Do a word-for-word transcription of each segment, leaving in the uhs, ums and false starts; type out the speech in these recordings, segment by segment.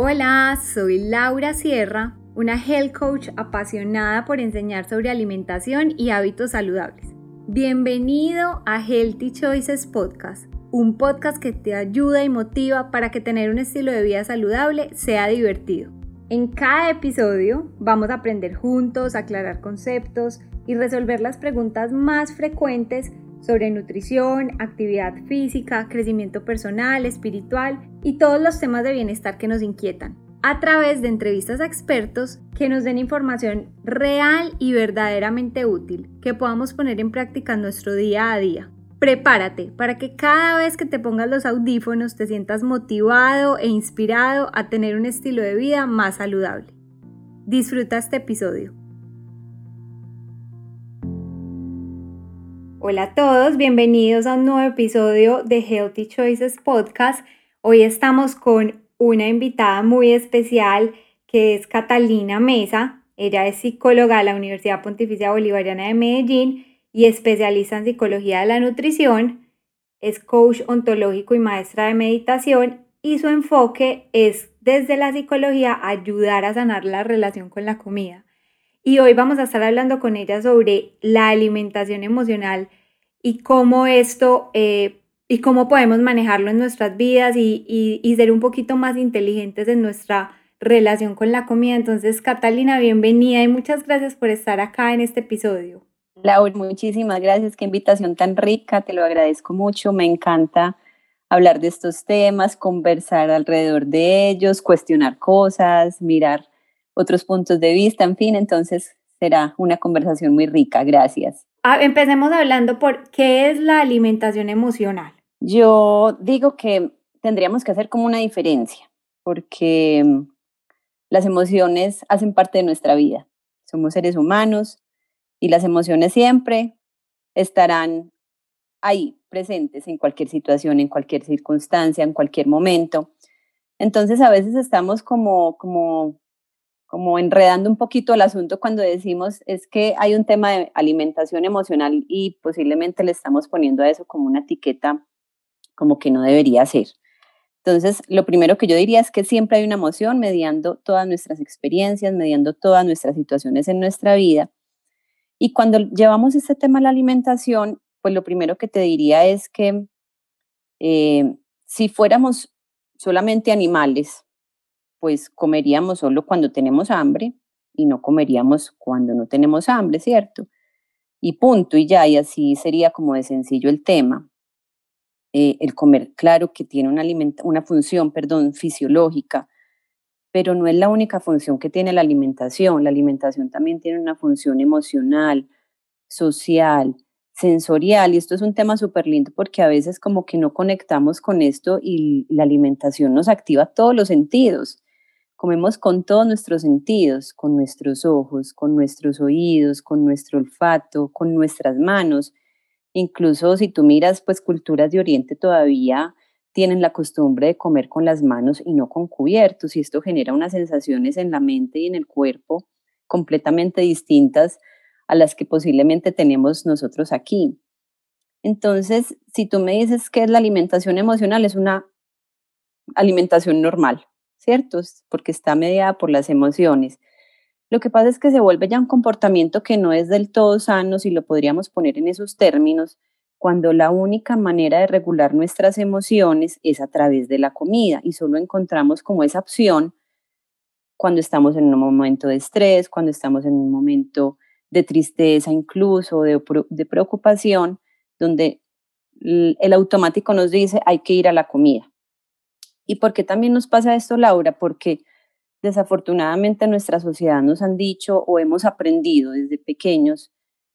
Hola, soy Laura Sierra, una health coach apasionada por enseñar sobre alimentación y hábitos saludables. Bienvenido a Healthy Choices Podcast, un podcast que te ayuda y motiva para que tener un estilo de vida saludable sea divertido. En cada episodio vamos a aprender juntos, aclarar conceptos y resolver las preguntas más frecuentes sobre nutrición, actividad física, crecimiento personal, espiritual y todos los temas de bienestar que nos inquietan, a través de entrevistas a expertos que nos den información real y verdaderamente útil que podamos poner en práctica en nuestro día a día. Prepárate para que cada vez que te pongas los audífonos te sientas motivado e inspirado a tener un estilo de vida más saludable. Disfruta este episodio. Hola a todos, bienvenidos a un nuevo episodio de Healthy Choices Podcast. Hoy estamos con una invitada muy especial que es Catalina Mesa. Ella es psicóloga de la Universidad Pontificia Bolivariana de Medellín y especialista en psicología de la nutrición. Es coach ontológico y maestra de meditación y su enfoque es desde la psicología ayudar a sanar la relación con la comida. Y hoy vamos a estar hablando con ella sobre la alimentación emocional y cómo esto eh, y cómo podemos manejarlo en nuestras vidas y, y, y ser un poquito más inteligentes en nuestra relación con la comida. Entonces, Catalina, bienvenida y muchas gracias por estar acá en este episodio. Laura, muchísimas gracias, qué invitación tan rica, te lo agradezco mucho, me encanta hablar de estos temas, conversar alrededor de ellos, cuestionar cosas, mirar otros puntos de vista, en fin, entonces será una conversación muy rica, gracias. Ah, empecemos hablando por qué es la alimentación emocional. Yo digo que tendríamos que hacer como una diferencia, porque las emociones hacen parte de nuestra vida, somos seres humanos y las emociones siempre estarán ahí, presentes en cualquier situación, en cualquier circunstancia, en cualquier momento. Entonces a veces estamos como, como, como enredando un poquito el asunto cuando decimos es que hay un tema de alimentación emocional y posiblemente le estamos poniendo a eso como una etiqueta como que no debería ser. Entonces, lo primero que yo diría es que siempre hay una emoción mediando todas nuestras experiencias, mediando todas nuestras situaciones en nuestra vida. Y cuando llevamos este tema a la alimentación, pues lo primero que te diría es que eh, si fuéramos solamente animales, pues comeríamos solo cuando tenemos hambre y no comeríamos cuando no tenemos hambre, ¿cierto? Y punto, y ya, y así sería como de sencillo el tema. Eh, el comer, claro que tiene una, alimenta- una función, perdón, fisiológica, pero no es la única función que tiene la alimentación. La alimentación también tiene una función emocional, social, sensorial, y esto es un tema súper lindo porque a veces como que no conectamos con esto y la alimentación nos activa todos los sentidos. Comemos con todos nuestros sentidos, con nuestros ojos, con nuestros oídos, con nuestro olfato, con nuestras manos. Incluso si tú miras, pues culturas de Oriente todavía tienen la costumbre de comer con las manos y no con cubiertos, y esto genera unas sensaciones en la mente y en el cuerpo completamente distintas a las que posiblemente tenemos nosotros aquí. Entonces, si tú me dices qué es la alimentación emocional, es una alimentación normal, ¿cierto? Porque está mediada por las emociones. Lo que pasa es que se vuelve ya un comportamiento que no es del todo sano, si lo podríamos poner en esos términos, cuando la única manera de regular nuestras emociones es a través de la comida y solo encontramos como esa opción cuando estamos en un momento de estrés, cuando estamos en un momento de tristeza incluso, de, de preocupación, donde el automático nos dice hay que ir a la comida. ¿Y por qué también nos pasa esto, Laura? Porque desafortunadamente en nuestra sociedad nos han dicho o hemos aprendido desde pequeños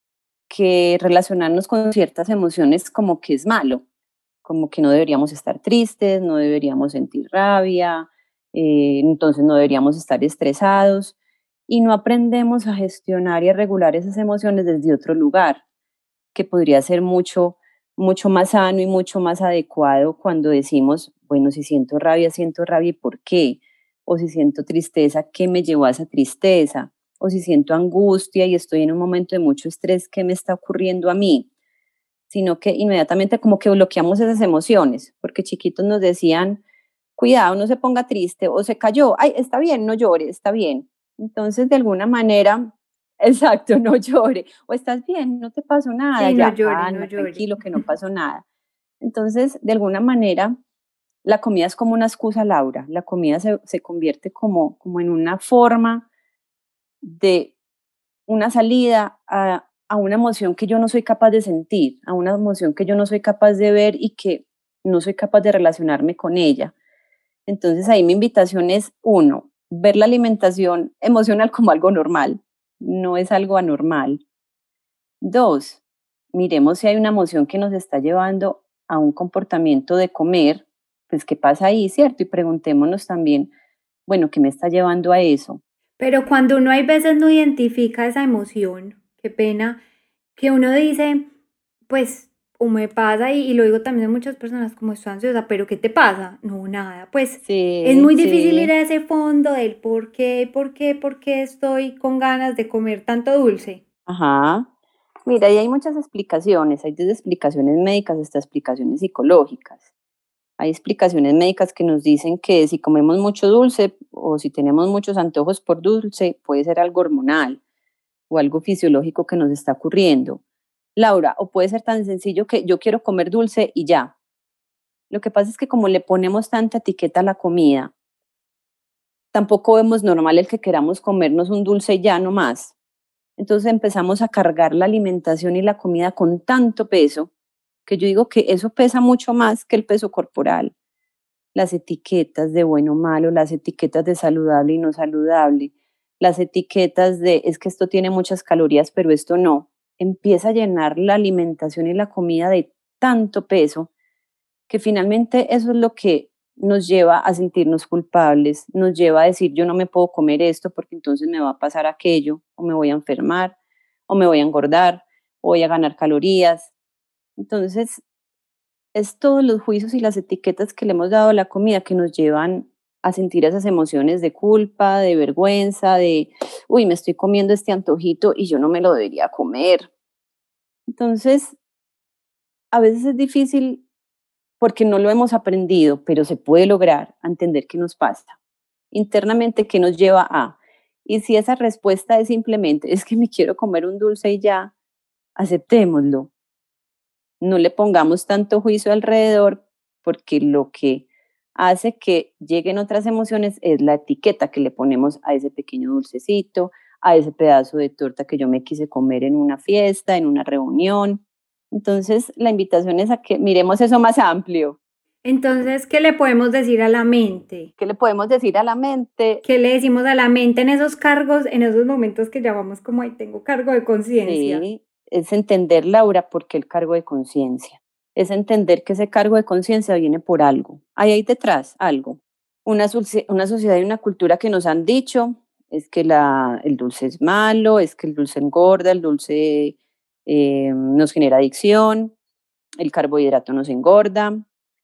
que relacionarnos con ciertas emociones como que es malo, como que no deberíamos estar tristes, no deberíamos sentir rabia, eh, entonces no deberíamos estar estresados y no aprendemos a gestionar y a regular esas emociones desde otro lugar, que podría ser mucho, mucho más sano y mucho más adecuado cuando decimos, bueno, si siento rabia, siento rabia, ¿y por qué? O si siento tristeza, ¿qué me llevó a esa tristeza? O si siento angustia y estoy en un momento de mucho estrés, ¿qué me está ocurriendo a mí? Sino que inmediatamente como que bloqueamos esas emociones, porque chiquitos nos decían, cuidado, no se ponga triste, o se cayó, ay, está bien, no llore, está bien. Entonces, de alguna manera, exacto, no llore, o estás bien, no te pasó nada, Sí, no ya, llore, no calma, llore. tranquilo, que no pasó nada. Entonces, de alguna manera, la comida es como una excusa, Laura, la comida se, se convierte como, como en una forma de una salida a, a una emoción que yo no soy capaz de sentir, a una emoción que yo no soy capaz de ver y que no soy capaz de relacionarme con ella. Entonces ahí mi invitación es, uno, ver la alimentación emocional como algo normal, no es algo anormal. Dos, miremos si hay una emoción que nos está llevando a un comportamiento de comer, pues qué pasa ahí, ¿cierto? Y preguntémonos también, bueno, ¿qué me está llevando a eso? Pero cuando uno hay veces no identifica esa emoción, qué pena, que uno dice, pues, o me pasa, y, y lo digo también a muchas personas, como estoy ansiosa, pero ¿qué te pasa? No, nada, pues es Sí, muy difícil ir sí, a ese fondo del por qué, por qué, por qué estoy con ganas de comer tanto dulce. ajá. Mira, y hay muchas explicaciones, hay desde explicaciones médicas hasta explicaciones psicológicas. Hay explicaciones médicas que nos dicen que si comemos mucho dulce o si tenemos muchos antojos por dulce, puede ser algo hormonal o algo fisiológico que nos está ocurriendo. Laura, o puede ser tan sencillo que yo quiero comer dulce y ya. Lo que pasa es que como le ponemos tanta etiqueta a la comida, tampoco vemos normal el que queramos comernos un dulce y ya no más. Entonces empezamos a cargar la alimentación y la comida con tanto peso que yo digo que eso pesa mucho más que el peso corporal. Las etiquetas de bueno o malo, las etiquetas de saludable y no saludable, las etiquetas de es que esto tiene muchas calorías, pero esto no. Empieza a llenar la alimentación y la comida de tanto peso que finalmente eso es lo que nos lleva a sentirnos culpables, nos lleva a decir yo no me puedo comer esto porque entonces me va a pasar aquello, o me voy a enfermar, o me voy a engordar, o voy a ganar calorías. Entonces, es todos los juicios y las etiquetas que le hemos dado a la comida que nos llevan a sentir esas emociones de culpa, de vergüenza, de, uy, me estoy comiendo este antojito y yo no me lo debería comer. Entonces, a veces es difícil porque no lo hemos aprendido, pero se puede lograr a entender qué nos pasa internamente, qué nos lleva a. Y si esa respuesta es simplemente, es que me quiero comer un dulce y ya, aceptémoslo. No le pongamos tanto juicio alrededor porque lo que hace que lleguen otras emociones es la etiqueta que le ponemos a ese pequeño dulcecito, a ese pedazo de torta que yo me quise comer en una fiesta, en una reunión. Entonces, la invitación es a que miremos eso más amplio. Entonces, ¿qué le podemos decir a la mente? ¿Qué le podemos decir a la mente? ¿Qué le decimos a la mente en esos cargos, en esos momentos que llamamos como, ahí tengo cargo de conciencia? Sí, es entender, Laura, por qué el cargo de conciencia. Es entender que ese cargo de conciencia viene por algo. Hay ahí detrás algo. Una, una sociedad y una cultura que nos han dicho es que la, el dulce es malo, es que el dulce engorda, el dulce eh, nos genera adicción, el carbohidrato nos engorda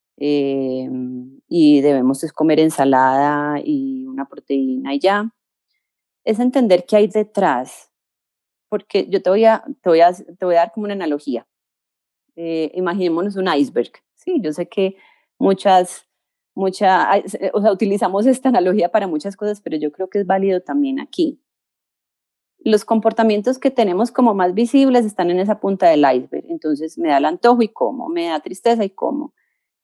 eh, y debemos es comer ensalada y una proteína y ya. Es entender qué hay detrás, porque yo te voy a, te voy a, te voy a dar como una analogía. Eh, imaginémonos un iceberg. Sí, yo sé que muchas, mucha, o sea, utilizamos esta analogía para muchas cosas, pero yo creo que es válido también aquí. Los comportamientos que tenemos como más visibles están en esa punta del iceberg. Entonces, me da el antojo y como, me da tristeza y como,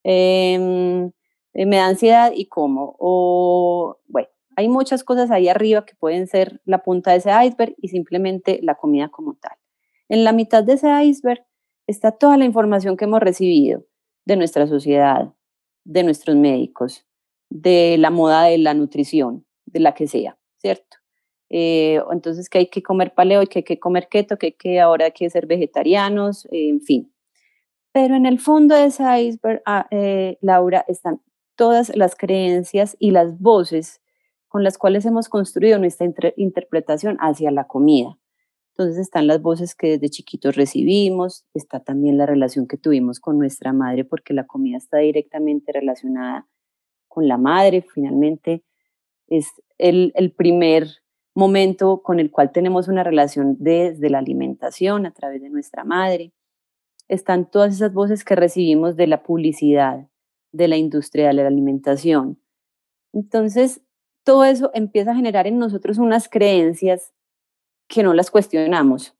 eh, me da ansiedad y como, o bueno, hay muchas cosas ahí arriba que pueden ser la punta de ese iceberg y simplemente la comida como tal. En la mitad de ese iceberg está toda la información que hemos recibido de nuestra sociedad, de nuestros médicos, de la moda de la nutrición, de la que sea, ¿cierto? Eh, entonces que hay que comer paleo, que hay que comer keto, que, que ahora hay que ser vegetarianos, eh, en fin. Pero en el fondo de ese iceberg, ah, eh, Laura, están todas las creencias y las voces con las cuales hemos construido nuestra inter interpretación hacia la comida. Entonces están las voces que desde chiquitos recibimos, está también la relación que tuvimos con nuestra madre, porque la comida está directamente relacionada con la madre. Finalmente es el, el primer momento con el cual tenemos una relación desde la alimentación a través de nuestra madre. Están todas esas voces que recibimos de la publicidad, de la industria de la alimentación. Entonces, todo eso empieza a generar en nosotros unas creencias que no las cuestionamos,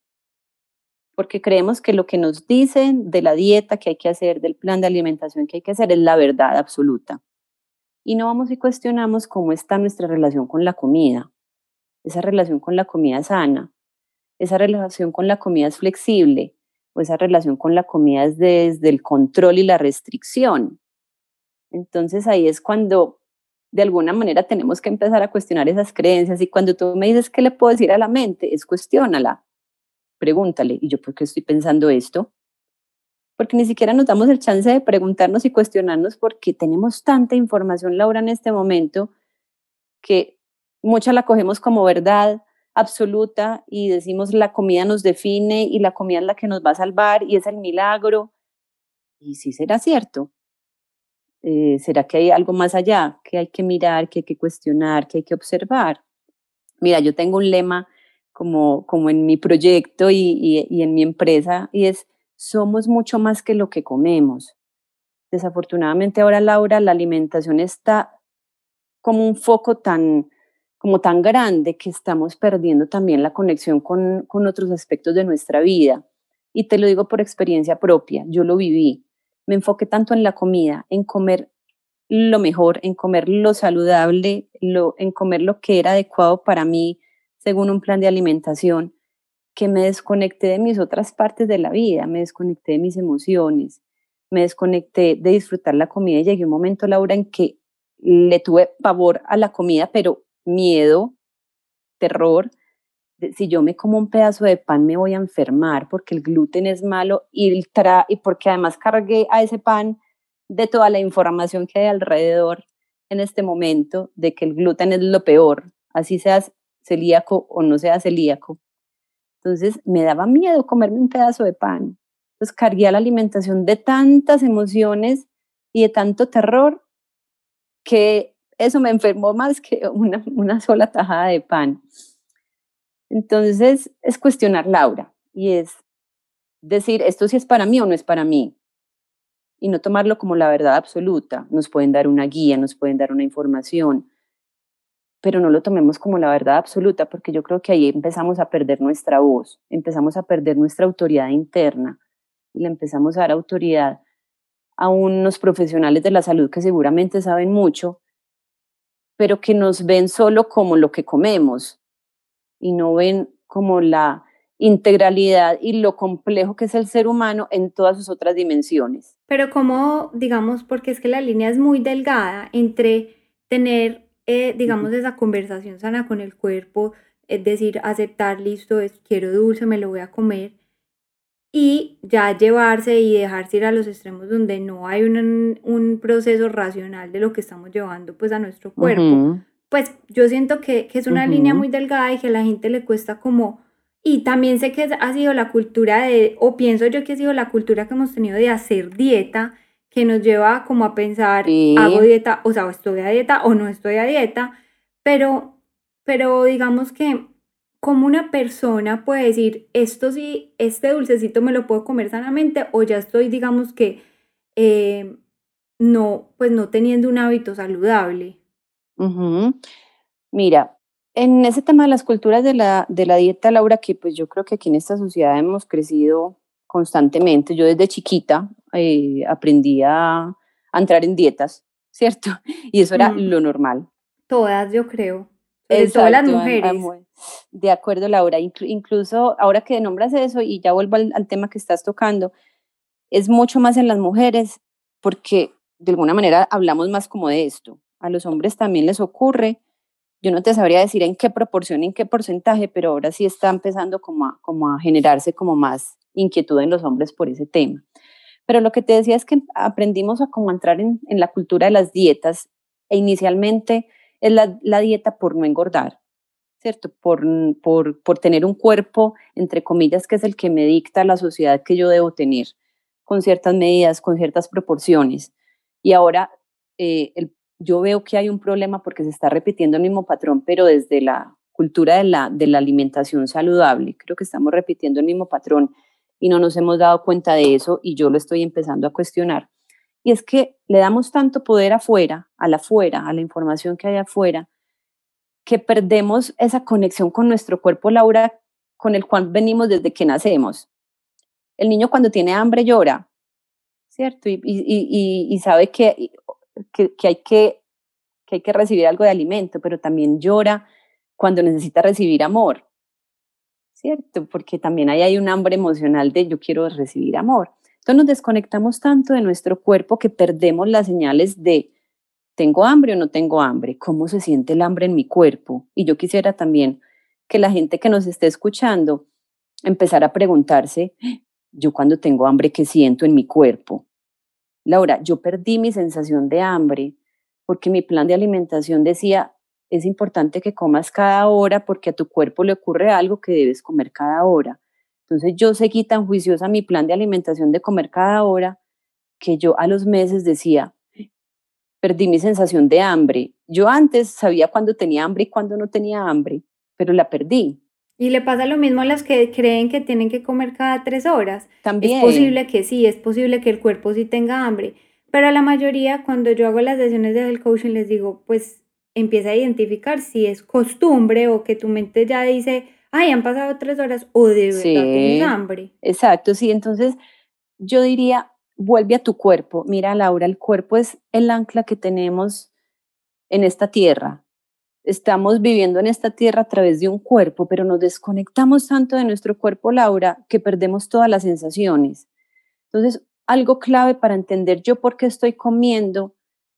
porque creemos que lo que nos dicen de la dieta que hay que hacer, del plan de alimentación que hay que hacer, es la verdad absoluta. Y no vamos y cuestionamos cómo está nuestra relación con la comida, esa relación con la comida sana, esa relación con la comida es flexible, o esa relación con la comida es desde el control y la restricción. Entonces ahí es cuando de alguna manera tenemos que empezar a cuestionar esas creencias, y cuando tú me dices qué le puedo decir a la mente, es cuestiónala, pregúntale, ¿y yo por qué estoy pensando esto? Porque ni siquiera nos damos el chance de preguntarnos y cuestionarnos, porque tenemos tanta información, Laura, en este momento, que mucha la cogemos como verdad absoluta y decimos la comida nos define y la comida es la que nos va a salvar y es el milagro. Y sí será cierto. Eh, ¿Será que hay algo más allá que hay que mirar, que hay que cuestionar, que hay que observar? Mira, yo tengo un lema como, como en mi proyecto y, y, y en mi empresa, y es: somos mucho más que lo que comemos. Desafortunadamente ahora, Laura, la alimentación está como un foco tan, como tan grande que estamos perdiendo también la conexión con, con otros aspectos de nuestra vida. Y te lo digo por experiencia propia, yo lo viví. Me enfoqué tanto en la comida, en comer lo mejor, en comer lo saludable, lo, en comer lo que era adecuado para mí según un plan de alimentación, que me desconecté de mis otras partes de la vida, me desconecté de mis emociones, me desconecté de disfrutar la comida, y llegué a un momento, Laura, en que le tuve pavor a la comida, pero miedo, terror, de, si yo me como un pedazo de pan me voy a enfermar porque el gluten es malo, y, el tra y porque además cargué a ese pan de toda la información que hay alrededor en este momento de que el gluten es lo peor, así seas celíaco o no seas celíaco. Entonces me daba miedo comerme un pedazo de pan. Entonces cargué a la alimentación de tantas emociones y de tanto terror, que eso me enfermó más que una, una sola tajada de pan. Entonces es cuestionar, Laura, y es decir, esto sí es para mí o no es para mí, y no tomarlo como la verdad absoluta. Nos pueden dar una guía, nos pueden dar una información, pero no lo tomemos como la verdad absoluta, porque yo creo que ahí empezamos a perder nuestra voz, empezamos a perder nuestra autoridad interna, y le empezamos a dar autoridad a unos profesionales de la salud que seguramente saben mucho, pero que nos ven solo como lo que comemos y no ven como la integralidad y lo complejo que es el ser humano en todas sus otras dimensiones. Pero como, digamos, porque es que la línea es muy delgada entre tener, eh, digamos, uh-huh. esa conversación sana con el cuerpo, es decir, aceptar, listo, es, quiero dulce, me lo voy a comer, y ya llevarse y dejarse ir a los extremos donde no hay un, un proceso racional de lo que estamos llevando pues a nuestro cuerpo. Uh-huh. Pues yo siento que, que es una uh-huh. línea muy delgada y que a la gente le cuesta como... Y también sé que ha sido la cultura de, o pienso yo que ha sido la cultura que hemos tenido de hacer dieta, que nos lleva como a pensar, sí. hago dieta, o sea, o estoy a dieta o no estoy a dieta, pero, pero digamos que como una persona puede decir, esto sí, este dulcecito me lo puedo comer sanamente, o ya estoy, digamos que, eh, no, pues no teniendo un hábito saludable. Uh-huh. Mira, en ese tema de las culturas de la, de la dieta, Laura, que pues yo creo que aquí en esta sociedad hemos crecido constantemente. Yo desde chiquita eh, aprendí a, a entrar en dietas, ¿cierto? Y eso era mm. lo normal. Todas, yo creo. Sobre Exacto, todo las mujeres. Am, am, de acuerdo, Laura. Inclu- incluso ahora que nombras eso, y ya vuelvo al, al tema que estás tocando, es mucho más en las mujeres, porque de alguna manera hablamos más como de esto. A los hombres también les ocurre. Yo no te sabría decir en qué proporción, en qué porcentaje, pero ahora sí está empezando como a, como a generarse como más inquietud en los hombres por ese tema. Pero lo que te decía es que aprendimos a como entrar en, en la cultura de las dietas, e inicialmente es la, la dieta por no engordar, ¿cierto? Por, por, por tener un cuerpo, entre comillas, que es el que me dicta la sociedad que yo debo tener, con ciertas medidas, con ciertas proporciones. Y ahora eh, el yo veo que hay un problema porque se está repitiendo el mismo patrón, pero desde la cultura de la, de la alimentación saludable. Creo que estamos repitiendo el mismo patrón y no nos hemos dado cuenta de eso, y yo lo estoy empezando a cuestionar. Y es que le damos tanto poder afuera, a la afuera, a la información que hay afuera, que perdemos esa conexión con nuestro cuerpo, Laura, con el cual venimos desde que nacemos. El niño cuando tiene hambre llora, ¿cierto? Y, y, y, y sabe que, que, que, hay que, que hay que recibir algo de alimento, pero también llora cuando necesita recibir amor, ¿cierto? Porque también ahí hay un hambre emocional de yo quiero recibir amor. Entonces nos desconectamos tanto de nuestro cuerpo que perdemos las señales de ¿tengo hambre o no tengo hambre? ¿Cómo se siente el hambre en mi cuerpo? Y yo quisiera también que la gente que nos esté escuchando empezara a preguntarse, yo cuando tengo hambre, ¿qué siento en mi cuerpo? Laura, yo perdí mi sensación de hambre porque mi plan de alimentación decía, es importante que comas cada hora porque a tu cuerpo le ocurre algo que debes comer cada hora. Entonces yo seguí tan juiciosa mi plan de alimentación de comer cada hora que yo a los meses decía, perdí mi sensación de hambre. Yo antes sabía cuándo tenía hambre y cuándo no tenía hambre, pero la perdí. Y le pasa lo mismo a las que creen que tienen que comer cada tres horas. También. Es posible que sí, es posible que el cuerpo sí tenga hambre, pero a la mayoría cuando yo hago las sesiones de health coaching les digo, pues empieza a identificar si es costumbre o que tu mente ya dice, ay, han pasado tres horas o de verdad Sí, tienes hambre. Exacto, sí, entonces yo diría, vuelve a tu cuerpo. Mira, Laura, el cuerpo es el ancla que tenemos en esta tierra. Estamos viviendo en esta tierra a través de un cuerpo, pero nos desconectamos tanto de nuestro cuerpo, Laura, que perdemos todas las sensaciones. Entonces, algo clave para entender yo por qué estoy comiendo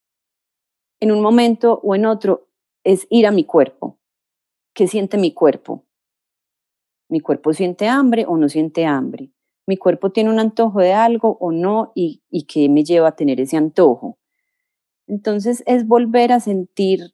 en un momento o en otro es ir a mi cuerpo. ¿Qué siente mi cuerpo? ¿Mi cuerpo siente hambre o no siente hambre? ¿Mi cuerpo tiene un antojo de algo o no? ¿Y, y qué me lleva a tener ese antojo? Entonces, es volver a sentir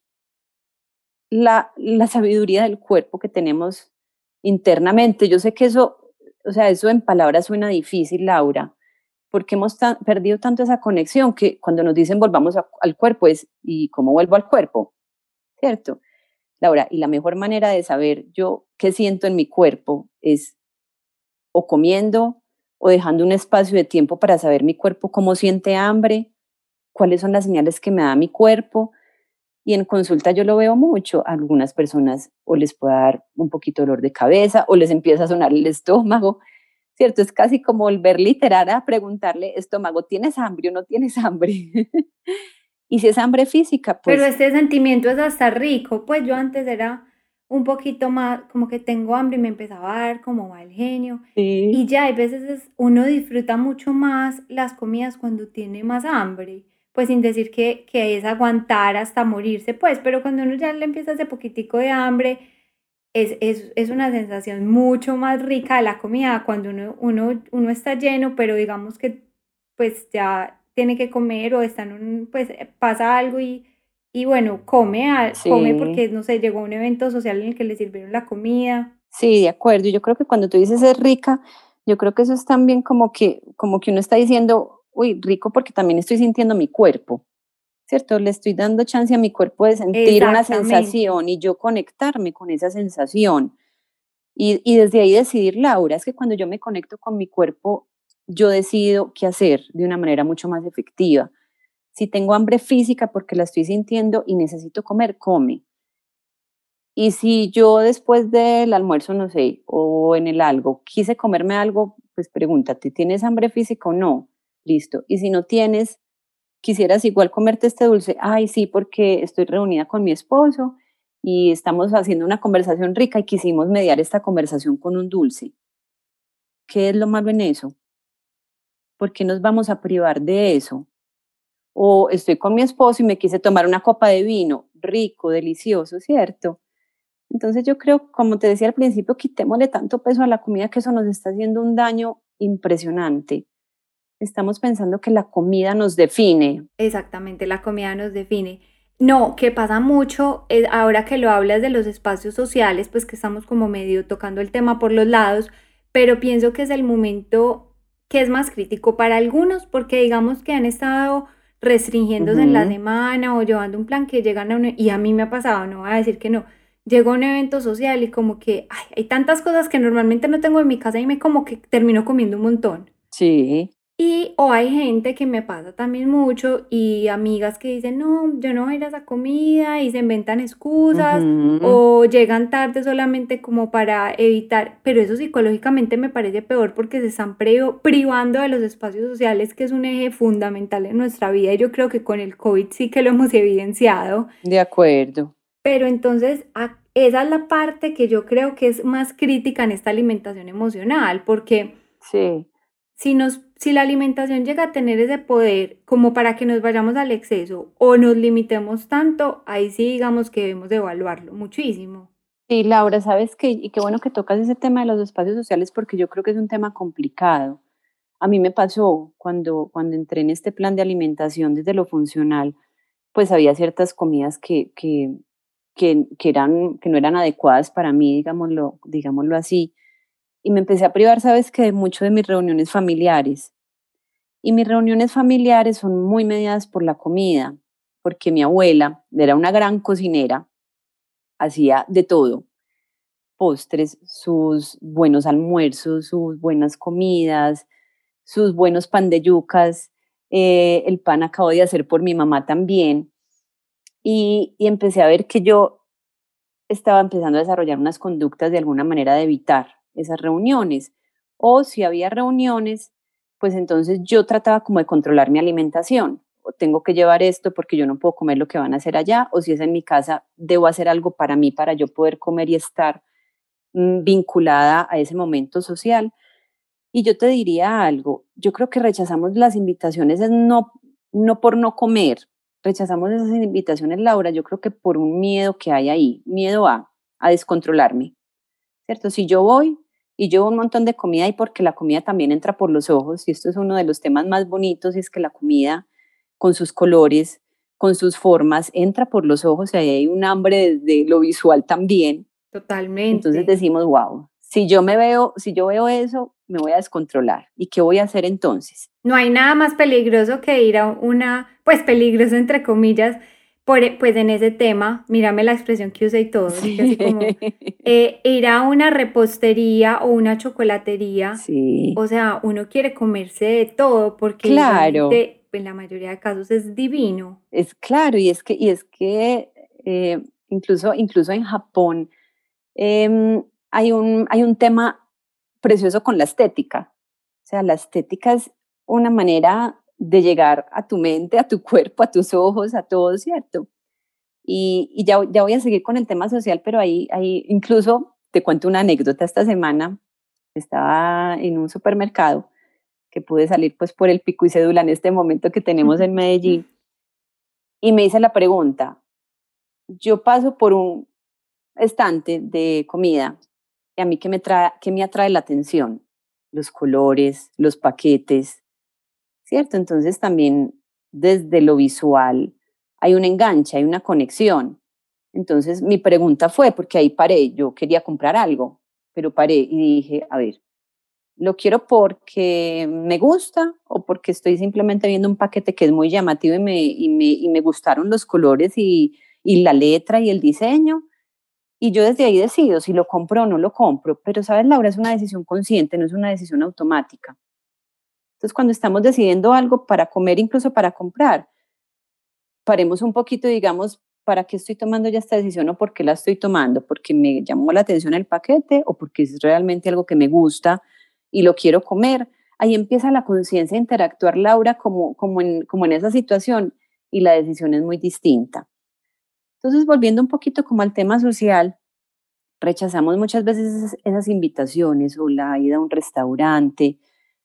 la, la sabiduría del cuerpo que tenemos internamente. Yo sé que eso, o sea, eso en palabras suena difícil, Laura, porque hemos ta- perdido tanto esa conexión que cuando nos dicen volvamos a- al cuerpo es, ¿y cómo vuelvo al cuerpo? ¿Cierto? Laura, y la mejor manera de saber yo qué siento en mi cuerpo es o comiendo o dejando un espacio de tiempo para saber mi cuerpo cómo siente hambre, cuáles son las señales que me da mi cuerpo. Y en consulta yo lo veo mucho. A algunas personas o les puede dar un poquito de dolor de cabeza o les empieza a sonar el estómago, ¿cierto? Es casi como volver literal a preguntarle, estómago, ¿tienes hambre o no tienes hambre? Y si es hambre física, Pero pues este sentimiento es hasta rico, pues yo antes era un poquito más, como que tengo hambre y me empezaba a dar como mal genio. sí, Y ya hay veces es- uno disfruta mucho más las comidas cuando tiene más hambre, pues sin decir que, que es aguantar hasta morirse, pues, pero cuando uno ya le empieza ese poquitico de hambre, es, es, es una sensación mucho más rica de la comida cuando uno, uno, uno está lleno, pero digamos que pues ya tiene que comer o está en un, pues pasa algo y, y bueno, come, a- come sí, porque, no sé, llegó a un evento social en el que le sirvieron la comida. sí, de acuerdo. Yo creo que cuando tú dices es rica, yo creo que eso es también como que, como que uno está diciendo, uy, rico porque también estoy sintiendo mi cuerpo. ¿Cierto? Le estoy dando chance a mi cuerpo de sentir una Exactamente. sensación y yo conectarme con esa sensación. Y, y desde ahí decidir, Laura, es que cuando yo me conecto con mi cuerpo, yo decido qué hacer de una manera mucho más efectiva. Si tengo hambre física porque la estoy sintiendo y necesito comer, come. Y si yo después del almuerzo, no sé, o en el algo, quise comerme algo, pues pregúntate, ¿tienes hambre física o no? Listo. Y si no tienes, quisieras igual comerte este dulce, ay, sí, porque estoy reunida con mi esposo y estamos haciendo una conversación rica y quisimos mediar esta conversación con un dulce. ¿Qué es lo malo en eso? ¿Por qué nos vamos a privar de eso? O estoy con mi esposo y me quise tomar una copa de vino, rico, delicioso, ¿cierto? Entonces yo creo, como te decía al principio, quitémosle tanto peso a la comida que eso nos está haciendo un daño impresionante. Estamos pensando que la comida nos define. Exactamente, la comida nos define. No, que pasa mucho, eh, ahora que lo hablas de los espacios sociales, pues que estamos como medio tocando el tema por los lados, pero pienso que es el momento que es más crítico para algunos, porque digamos que han estado restringiéndose en la Ujú. semana o llevando un plan que llegan a un, y a mí me ha pasado, no voy a decir que no, llego a un evento social y como que ay, hay tantas cosas que normalmente no tengo en mi casa y me como que termino comiendo un montón. Sí, Y o hay gente que me pasa también mucho y amigas que dicen, no, yo no voy a ir a esa comida y se inventan excusas Ujú. o llegan tarde solamente como para evitar, pero eso psicológicamente me parece peor porque se están pri- privando de los espacios sociales, que es un eje fundamental en nuestra vida y yo creo que con el COVID sí que lo hemos evidenciado. De acuerdo. Pero entonces a- esa es la parte que yo creo que es más crítica en esta alimentación emocional, porque Sí. si nos, si la alimentación llega a tener ese poder como para que nos vayamos al exceso o nos limitemos tanto, ahí sí digamos que debemos de evaluarlo muchísimo. Sí, Laura, sabes que, y qué bueno que tocas ese tema de los espacios sociales porque yo creo que es un tema complicado. A mí me pasó cuando, cuando entré en este plan de alimentación desde lo funcional, pues había ciertas comidas que, que, que, que eran, que no eran adecuadas para mí, digámoslo, digámoslo así. Y me empecé a privar, sabes que de mucho de mis reuniones familiares. Y mis reuniones familiares son muy mediadas por la comida, porque mi abuela era una gran cocinera, hacía de todo, postres, sus buenos almuerzos, sus buenas comidas, sus buenos pan de yucas, eh, el pan acabo de hacer por mi mamá también. Y, y empecé a ver que yo estaba empezando a desarrollar unas conductas de alguna manera de evitar esas reuniones. O si había reuniones, pues entonces yo trataba como de controlar mi alimentación. O tengo que llevar esto porque yo no puedo comer lo que van a hacer allá, o si es en mi casa, debo hacer algo para mí, para yo poder comer y estar mm, vinculada a ese momento social. Y yo te diría algo, yo creo que rechazamos las invitaciones es no, no por no comer, rechazamos esas invitaciones, Laura, yo creo que por un miedo que hay ahí, miedo a, a descontrolarme, ¿cierto? Si yo voy y llevo un montón de comida y porque la comida también entra por los ojos, y esto es uno de los temas más bonitos, y es que la comida con sus colores, con sus formas, entra por los ojos y ahí hay un hambre desde lo visual también. Entonces Totalmente. decimos, wow, si yo me veo, si yo veo eso, me voy a descontrolar. ¿Y qué voy a hacer entonces? No hay nada más peligroso que ir a una, pues peligroso entre comillas, por, e- pues en ese tema, mírame la expresión que usé y todo, es que Sí. así como eh, ir a una repostería o una chocolatería, Sí, o sea, uno quiere comerse de todo porque claro, igualmente en la mayoría de casos es divino. es claro, y es que, y es que eh, incluso, incluso en Japón em, hay un, hay un tema precioso con la estética. O sea, la estética es una manera de llegar a tu mente, a tu cuerpo, a tus ojos, a todo, ¿cierto? Y, y ya, ya voy a seguir con el tema social, pero ahí, ahí incluso te cuento una anécdota. Esta semana estaba en un supermercado que pude salir pues por el pico y cédula en este momento que tenemos en Medellín y me hice la pregunta, yo paso por un estante de comida y a mí qué me, trae, qué me atrae la atención, los colores, los paquetes, ¿cierto? Entonces también desde lo visual hay un enganche, hay una conexión. Entonces mi pregunta fue, porque ahí paré, yo quería comprar algo, pero paré y dije, a ver, ¿lo quiero porque me gusta o porque estoy simplemente viendo un paquete que es muy llamativo y me, y me, y me gustaron los colores y, y la letra y el diseño? Y yo desde ahí decido si lo compro o no lo compro, pero sabes, Laura, es una decisión consciente, no es una decisión automática. Entonces, cuando estamos decidiendo algo para comer, incluso para comprar, paremos un poquito y digamos, ¿para qué estoy tomando ya esta decisión o por qué la estoy tomando? ¿Porque me llamó la atención el paquete o porque es realmente algo que me gusta y lo quiero comer? Ahí empieza la conciencia a interactuar, Laura, como, como, en, como en esa situación y la decisión es muy distinta. Entonces, volviendo un poquito como al tema social, rechazamos muchas veces esas, esas invitaciones o la ida a un restaurante.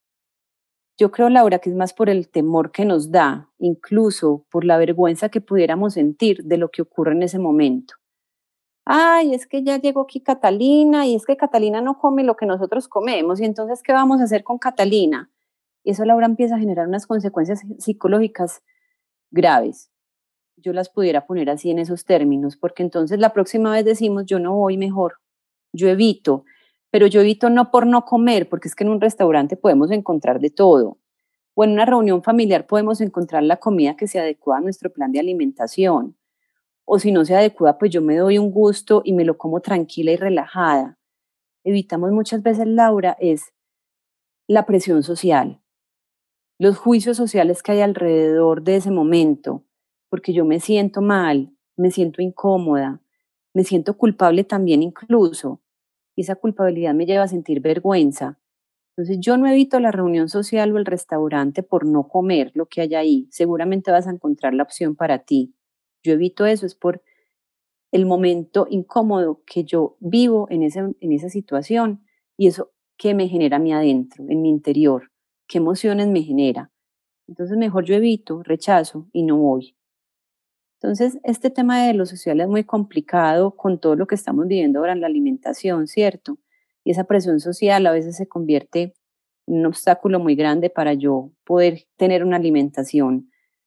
Yo creo, Laura, que es más por el temor que nos da, incluso por la vergüenza que pudiéramos sentir de lo que ocurre en ese momento. Ay, es que ya llegó aquí Catalina y es que Catalina no come lo que nosotros comemos y entonces, ¿qué vamos a hacer con Catalina? Y eso, Laura, empieza a generar unas consecuencias psicológicas graves. Yo las pudiera poner así en esos términos, porque entonces la próxima vez decimos, yo no voy mejor, yo evito, pero yo evito no por no comer, porque es que en un restaurante podemos encontrar de todo, o en una reunión familiar podemos encontrar la comida que se adecua a nuestro plan de alimentación, o si no se adecua, pues yo me doy un gusto y me lo como tranquila y relajada. Evitamos muchas veces, Laura, es la presión social. los juicios sociales que hay alrededor de ese momento, porque yo me siento mal, me siento incómoda, me siento culpable también incluso, y esa culpabilidad me lleva a sentir vergüenza. Entonces yo no evito la reunión social o el restaurante por no comer lo que hay ahí. Seguramente vas a encontrar la opción para ti. Yo evito eso, es por el momento incómodo que yo vivo en, ese, en esa situación y eso que me genera a mí adentro, en mi interior, qué emociones me genera. Entonces mejor yo evito, rechazo y no voy. Entonces este tema de lo social es muy complicado con todo lo que estamos viviendo ahora en la alimentación, ¿cierto? Y esa presión social a veces se convierte en un obstáculo muy grande para yo poder tener una alimentación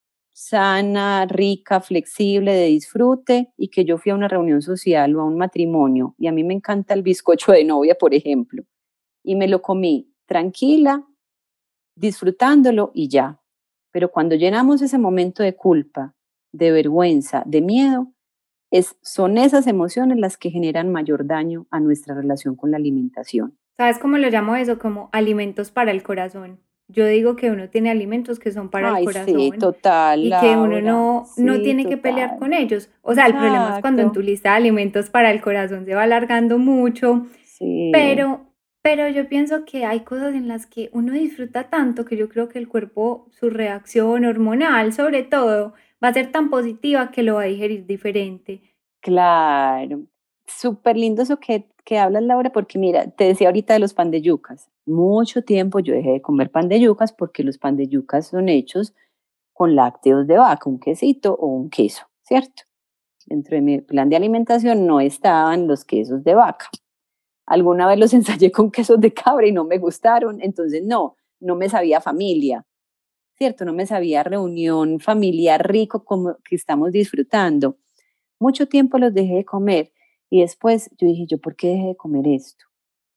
sana, rica, flexible, de disfrute, y que yo fui a una reunión social o a un matrimonio y a mí me encanta el bizcocho de novia, por ejemplo, y me lo comí tranquila, disfrutándolo y ya. Pero cuando llenamos ese momento de culpa, de vergüenza, de miedo, es, son esas emociones las que generan mayor daño a nuestra relación con la alimentación. ¿Sabes cómo lo llamo eso? Como alimentos para el corazón. Yo digo que uno tiene alimentos que son para el Ay, sí, corazón total, y que uno Laura. no, no Sí, tiene que pelear total. con ellos. O sea, el problema es cuando en tu Exacto. lista de alimentos para el corazón se va alargando mucho, Sí. pero, pero yo pienso que hay cosas en las que uno disfruta tanto que yo creo que el cuerpo, su reacción hormonal sobre todo, va a ser tan positiva que lo va a digerir diferente. Claro, súper lindo eso que, que hablas, Laura, porque mira, te decía ahorita de los pan de yucas. Mucho tiempo yo dejé de comer pan de yucas porque los pan de yucas son hechos con lácteos de vaca, un quesito o un queso, ¿cierto? Dentro de mi plan de alimentación no estaban los quesos de vaca. Alguna vez los ensayé con quesos de cabra y no me gustaron, entonces no, no me sabía familia, ¿cierto? No me sabía reunión familiar rico como que estamos disfrutando. Mucho tiempo los dejé de comer y después yo dije, ¿yo por qué dejé de comer esto?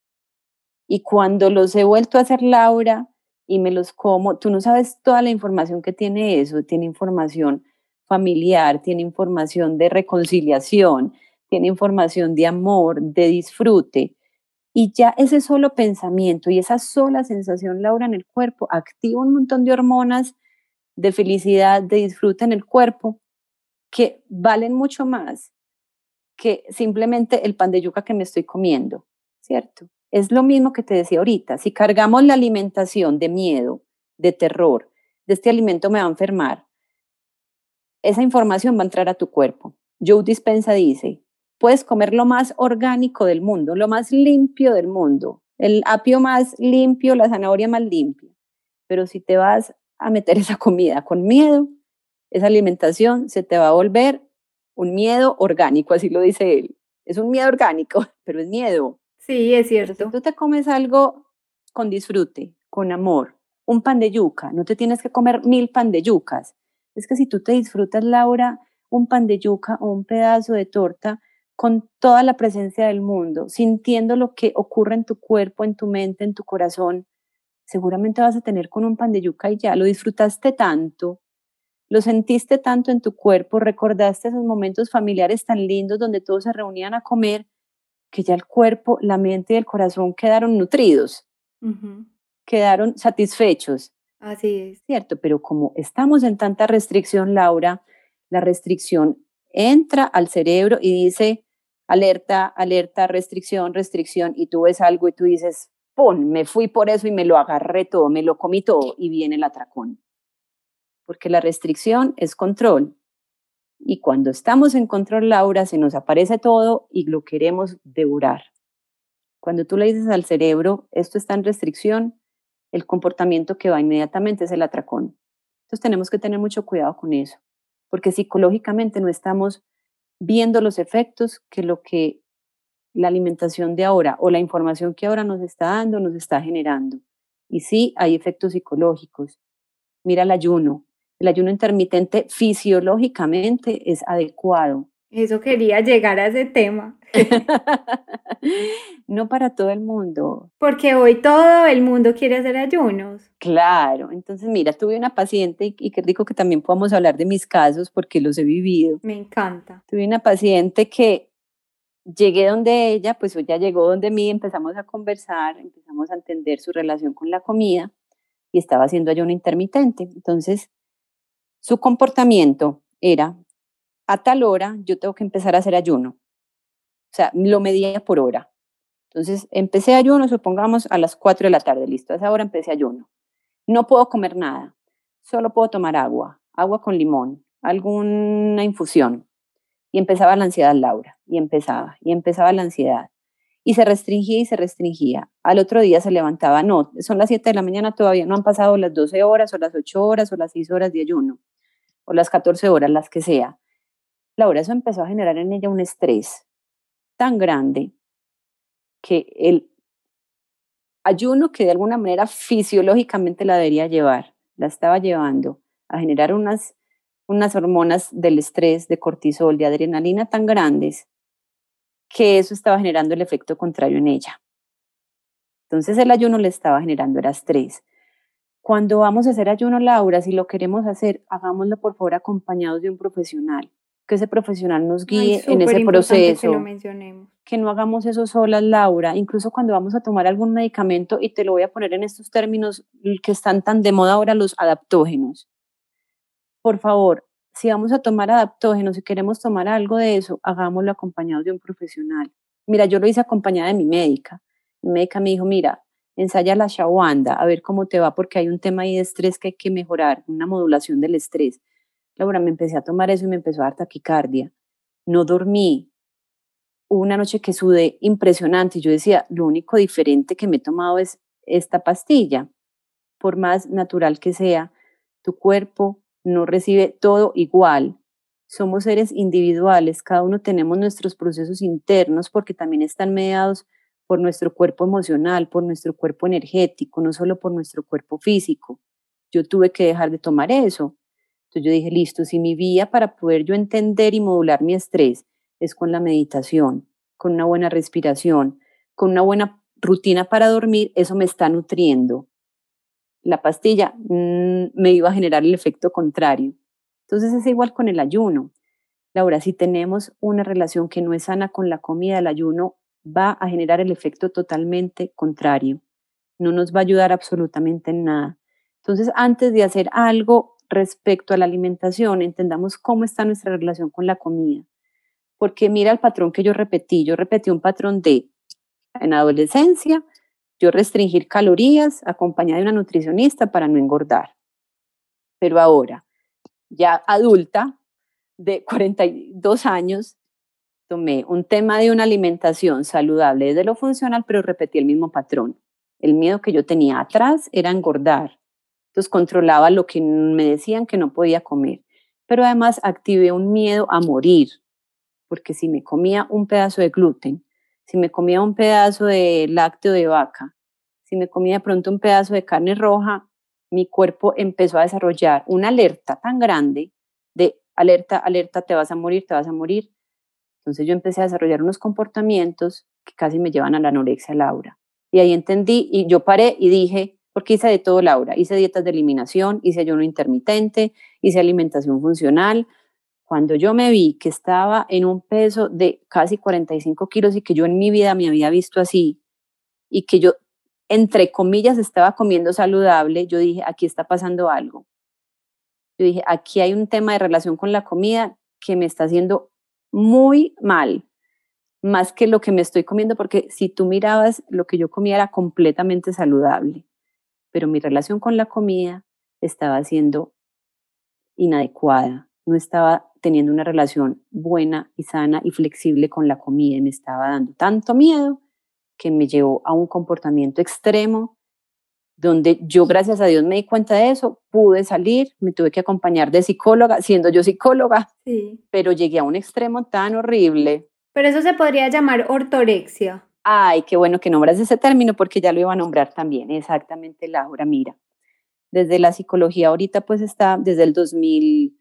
Y cuando los he vuelto a hacer, Laura, y me los como, tú no sabes toda la información que tiene eso, tiene información familiar, tiene información de reconciliación, tiene información de amor, de disfrute. Y ya ese solo pensamiento y esa sola sensación, Laura, en el cuerpo, activa un montón de hormonas de felicidad, de disfrute en el cuerpo, que valen mucho más que simplemente el pan de yuca que me estoy comiendo, ¿cierto? Es lo mismo que te decía ahorita, si cargamos la alimentación de miedo, de terror, de este alimento me va a enfermar, esa información va a entrar a tu cuerpo. Joe Dispenza dice, puedes comer lo más orgánico del mundo, lo más limpio del mundo, el apio más limpio, la zanahoria más limpia, pero si te vas a meter esa comida con miedo, esa alimentación se te va a volver un miedo orgánico, así lo dice él. Es un miedo orgánico, pero es miedo. Sí, es Pero si cierto. tú te comes algo con disfrute, con amor, un pan de yuca, no te tienes que comer mil pan de yucas. Es que si tú te disfrutas, Laura, un pan de yuca o un pedazo de torta con toda la presencia del mundo, sintiendo lo que ocurre en tu cuerpo, en tu mente, en tu corazón, seguramente vas a tener con un pan de yuca y ya lo disfrutaste tanto, lo sentiste tanto en tu cuerpo, recordaste esos momentos familiares tan lindos donde todos se reunían a comer, que ya el cuerpo, la mente y el corazón quedaron nutridos, Ujú. quedaron satisfechos, Así es. ¿cierto? Pero como estamos en tanta restricción, Laura, la restricción entra al cerebro y dice, alerta, alerta, restricción, restricción, y tú ves algo y tú dices, ¡pum! Me fui por eso y me lo agarré todo, me lo comí todo y viene el atracón. Porque la restricción es control. Y cuando estamos en control, Laura, se nos aparece todo y lo queremos devorar. Cuando tú le dices al cerebro, esto está en restricción, el comportamiento que va inmediatamente es el atracón. Entonces tenemos que tener mucho cuidado con eso, porque psicológicamente no estamos viendo los efectos que lo que la alimentación de ahora o la información que ahora nos está dando nos está generando. Y sí, hay efectos psicológicos. Mira el ayuno. El ayuno intermitente fisiológicamente es adecuado. Eso quería llegar a ese tema. No para todo el mundo. Porque hoy todo el mundo quiere hacer ayunos. Claro, entonces mira, tuve una paciente y, y qué rico que también podamos hablar de mis casos porque los he vivido. Me encanta. Tuve una paciente que llegué donde ella, pues ella llegó donde mí, empezamos a conversar, empezamos a entender su relación con la comida y estaba haciendo ayuno intermitente. Entonces, su comportamiento era, a tal hora yo tengo que empezar a hacer ayuno. O sea, lo medía por hora. Entonces, empecé ayuno, supongamos, a las cuatro de la tarde, listo, a esa hora empecé ayuno. No puedo comer nada, solo puedo tomar agua, agua con limón, alguna infusión. Y empezaba la ansiedad, Laura, y empezaba, y empezaba la ansiedad. Y se restringía y se restringía. Al otro día se levantaba, no, son las siete de la mañana, todavía no han pasado las doce horas, o las ocho horas, o las seis horas de ayuno, o las catorce horas, las que sea. Laura, eso empezó a generar en ella un estrés tan grande que el ayuno, que de alguna manera fisiológicamente la debería llevar, la estaba llevando a generar unas, unas hormonas del estrés, de cortisol, de adrenalina tan grandes, que eso estaba generando el efecto contrario en ella. Entonces el ayuno le estaba generando era estrés. Cuando vamos a hacer ayuno, Laura, si lo queremos hacer, hagámoslo por favor acompañados de un profesional, que ese profesional nos guíe Ay, en ese súper importante que lo proceso, mencionemos. que no hagamos eso solas, Laura, incluso cuando vamos a tomar algún medicamento, y te lo voy a poner en estos términos que están tan de moda ahora, los adaptógenos. Por favor, si vamos a tomar adaptógenos, si queremos tomar algo de eso, hagámoslo acompañados de un profesional. Mira, yo lo hice acompañada de mi médica. Mi médica me dijo, mira, ensaya la shawanda, a ver cómo te va, porque hay un tema ahí de estrés que hay que mejorar, una modulación del estrés. Laura, me empecé a tomar eso y me empezó a dar taquicardia. No dormí. Hubo una noche que sudé impresionante y yo decía, lo único diferente que me he tomado es esta pastilla. Por más natural que sea, tu cuerpo no recibe todo igual. Somos seres individuales, cada uno tenemos nuestros procesos internos porque también están mediados por nuestro cuerpo emocional, por nuestro cuerpo energético, no solo por nuestro cuerpo físico. Yo tuve que dejar de tomar eso. Entonces yo dije, listo, si mi vía para poder yo entender y modular mi estrés es con la meditación, con una buena respiración, con una buena rutina para dormir, eso me está nutriendo. La pastilla mmm, me iba a generar el efecto contrario. Entonces es igual con el ayuno. Laura, si tenemos una relación que no es sana con la comida, el ayuno va a generar el efecto totalmente contrario. No nos va a ayudar absolutamente en nada. Entonces, antes de hacer algo respecto a la alimentación, entendamos cómo está nuestra relación con la comida. Porque mira el patrón que yo repetí. Yo repetí un patrón de, en adolescencia, yo restringir calorías acompañada de una nutricionista para no engordar. Pero ahora, ya adulta, de cuarenta y dos años, tomé un tema de una alimentación saludable desde lo funcional, pero repetí el mismo patrón. El miedo que yo tenía atrás era engordar. Entonces controlaba lo que me decían que no podía comer. Pero además activé un miedo a morir, porque si me comía un pedazo de gluten, si me comía un pedazo de lácteo de vaca, si me comía de pronto un pedazo de carne roja, mi cuerpo empezó a desarrollar una alerta tan grande de alerta, alerta, te vas a morir, te vas a morir. Entonces yo empecé a desarrollar unos comportamientos que casi me llevan a la anorexia, Laura. Y ahí entendí y yo paré y dije, porque hice de todo, Laura, hice dietas de eliminación, hice ayuno intermitente, hice alimentación funcional. Cuando yo me vi que estaba en un peso de casi cuarenta y cinco kilos y que yo en mi vida me había visto así y que yo, entre comillas, estaba comiendo saludable, yo dije, aquí está pasando algo. Yo dije, aquí hay un tema de relación con la comida que me está haciendo muy mal, más que lo que me estoy comiendo, porque si tú mirabas, lo que yo comía era completamente saludable, pero mi relación con la comida estaba siendo inadecuada, no estaba teniendo una relación buena y sana y flexible con la comida y me estaba dando tanto miedo que me llevó a un comportamiento extremo donde yo, gracias a Dios, me di cuenta de eso, pude salir, me tuve que acompañar de psicóloga, siendo yo psicóloga, Sí. pero llegué a un extremo tan horrible. Pero eso se podría llamar ortorexia. Ay, qué bueno que nombras ese término porque ya lo iba a nombrar también, exactamente, Laura, mira. Desde la psicología ahorita pues está desde el dos mil,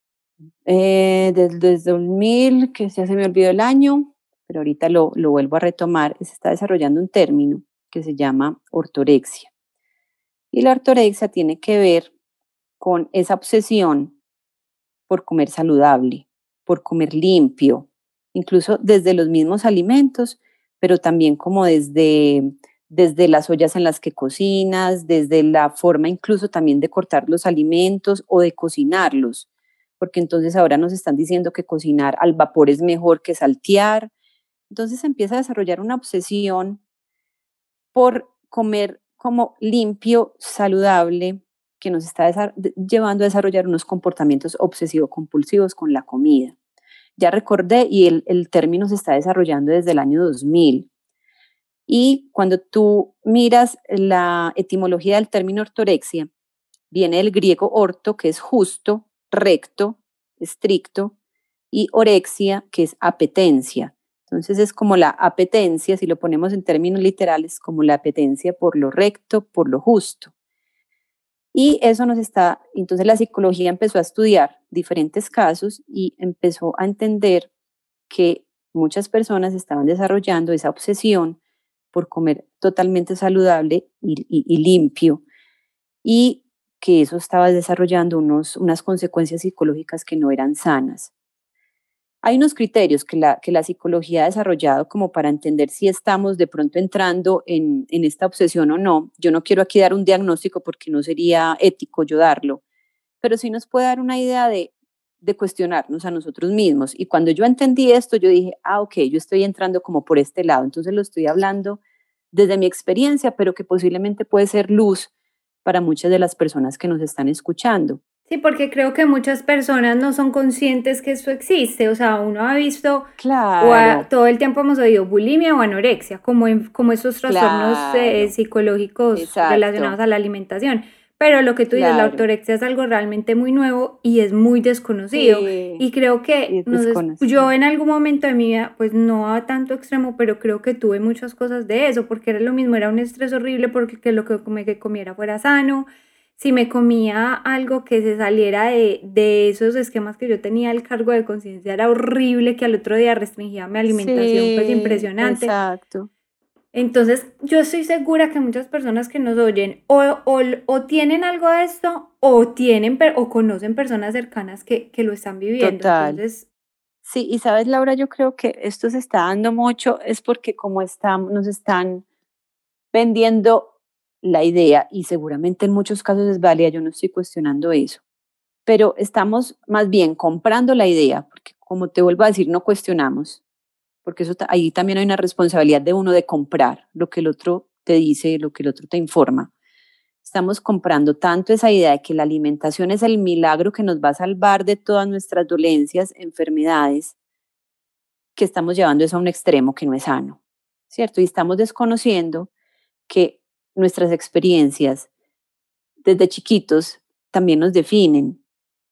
eh, desde, desde dos mil, que ya se me olvidó el año, pero ahorita lo, lo vuelvo a retomar, se está desarrollando un término que se llama ortorexia. Y la ortorexia tiene que ver con esa obsesión por comer saludable, por comer limpio, incluso desde los mismos alimentos, pero también como desde, desde las ollas en las que cocinas, desde la forma incluso también de cortar los alimentos o de cocinarlos, porque entonces ahora nos están diciendo que cocinar al vapor es mejor que saltear. Entonces se empieza a desarrollar una obsesión por comer como limpio, saludable, que nos está desa- de- llevando a desarrollar unos comportamientos obsesivo-compulsivos con la comida. Ya recordé, y el, el término se está desarrollando desde el año dos mil. Y cuando tú miras la etimología del término ortorexia, viene del griego orto, que es justo, recto, estricto, y orexia, que es apetencia. Entonces es como la apetencia, si lo ponemos en términos literales, como la apetencia por lo recto, por lo justo. Y eso nos está, entonces la psicología empezó a estudiar diferentes casos y empezó a entender que muchas personas estaban desarrollando esa obsesión por comer totalmente saludable y, y, y limpio, y que eso estaba desarrollando unos, unas consecuencias psicológicas que no eran sanas. Hay unos criterios que la, que la psicología ha desarrollado como para entender si estamos de pronto entrando en, en esta obsesión o no. Yo no quiero aquí dar un diagnóstico porque no sería ético yo darlo, pero sí nos puede dar una idea de, de cuestionarnos a nosotros mismos. Y cuando yo entendí esto, yo dije, ah, ok, yo estoy entrando como por este lado. Entonces lo estoy hablando desde mi experiencia, pero que posiblemente puede ser luz para muchas de las personas que nos están escuchando. Sí, porque creo que muchas personas no son conscientes que esto existe. O sea, uno ha visto o a- Claro, todo el tiempo hemos oído bulimia o anorexia, como, en- como esos trastornos eh, claro, psicológicos relacionados exacto, a la alimentación. Pero lo que tú dices, la claro. ortorexia es algo realmente muy nuevo y es muy desconocido. Sí, Y creo y que es no sé, yo desconocido. en algún momento de mi vida, pues no a tanto extremo, pero creo que tuve muchas cosas de eso, porque era lo mismo, era un estrés horrible porque que lo que, come- que comiera fuera sano. Si me comía algo que se saliera de, de esos esquemas que yo tenía al cargo de conciencia, era horrible, que al otro día restringía mi alimentación, pues Sí, impresionante. exacto. Entonces, yo estoy segura que muchas personas que nos oyen o, o, o tienen algo de esto o tienen per- o conocen personas cercanas que, que lo están viviendo. Total. Entonces, Sí, y sabes, Laura, yo creo que esto se está dando mucho, es porque como estamos, nos están vendiendo la idea, y seguramente en muchos casos es válida, yo no estoy cuestionando eso, pero estamos más bien comprando la idea, porque como te vuelvo a decir, no cuestionamos, porque eso ta- ahí también hay una responsabilidad de uno de comprar lo que el otro te dice, lo que el otro te informa. Estamos comprando tanto esa idea de que la alimentación es el milagro que nos va a salvar de todas nuestras dolencias, enfermedades, que estamos llevando eso a un extremo que no es sano, ¿cierto? Y estamos desconociendo que nuestras experiencias desde chiquitos también nos definen,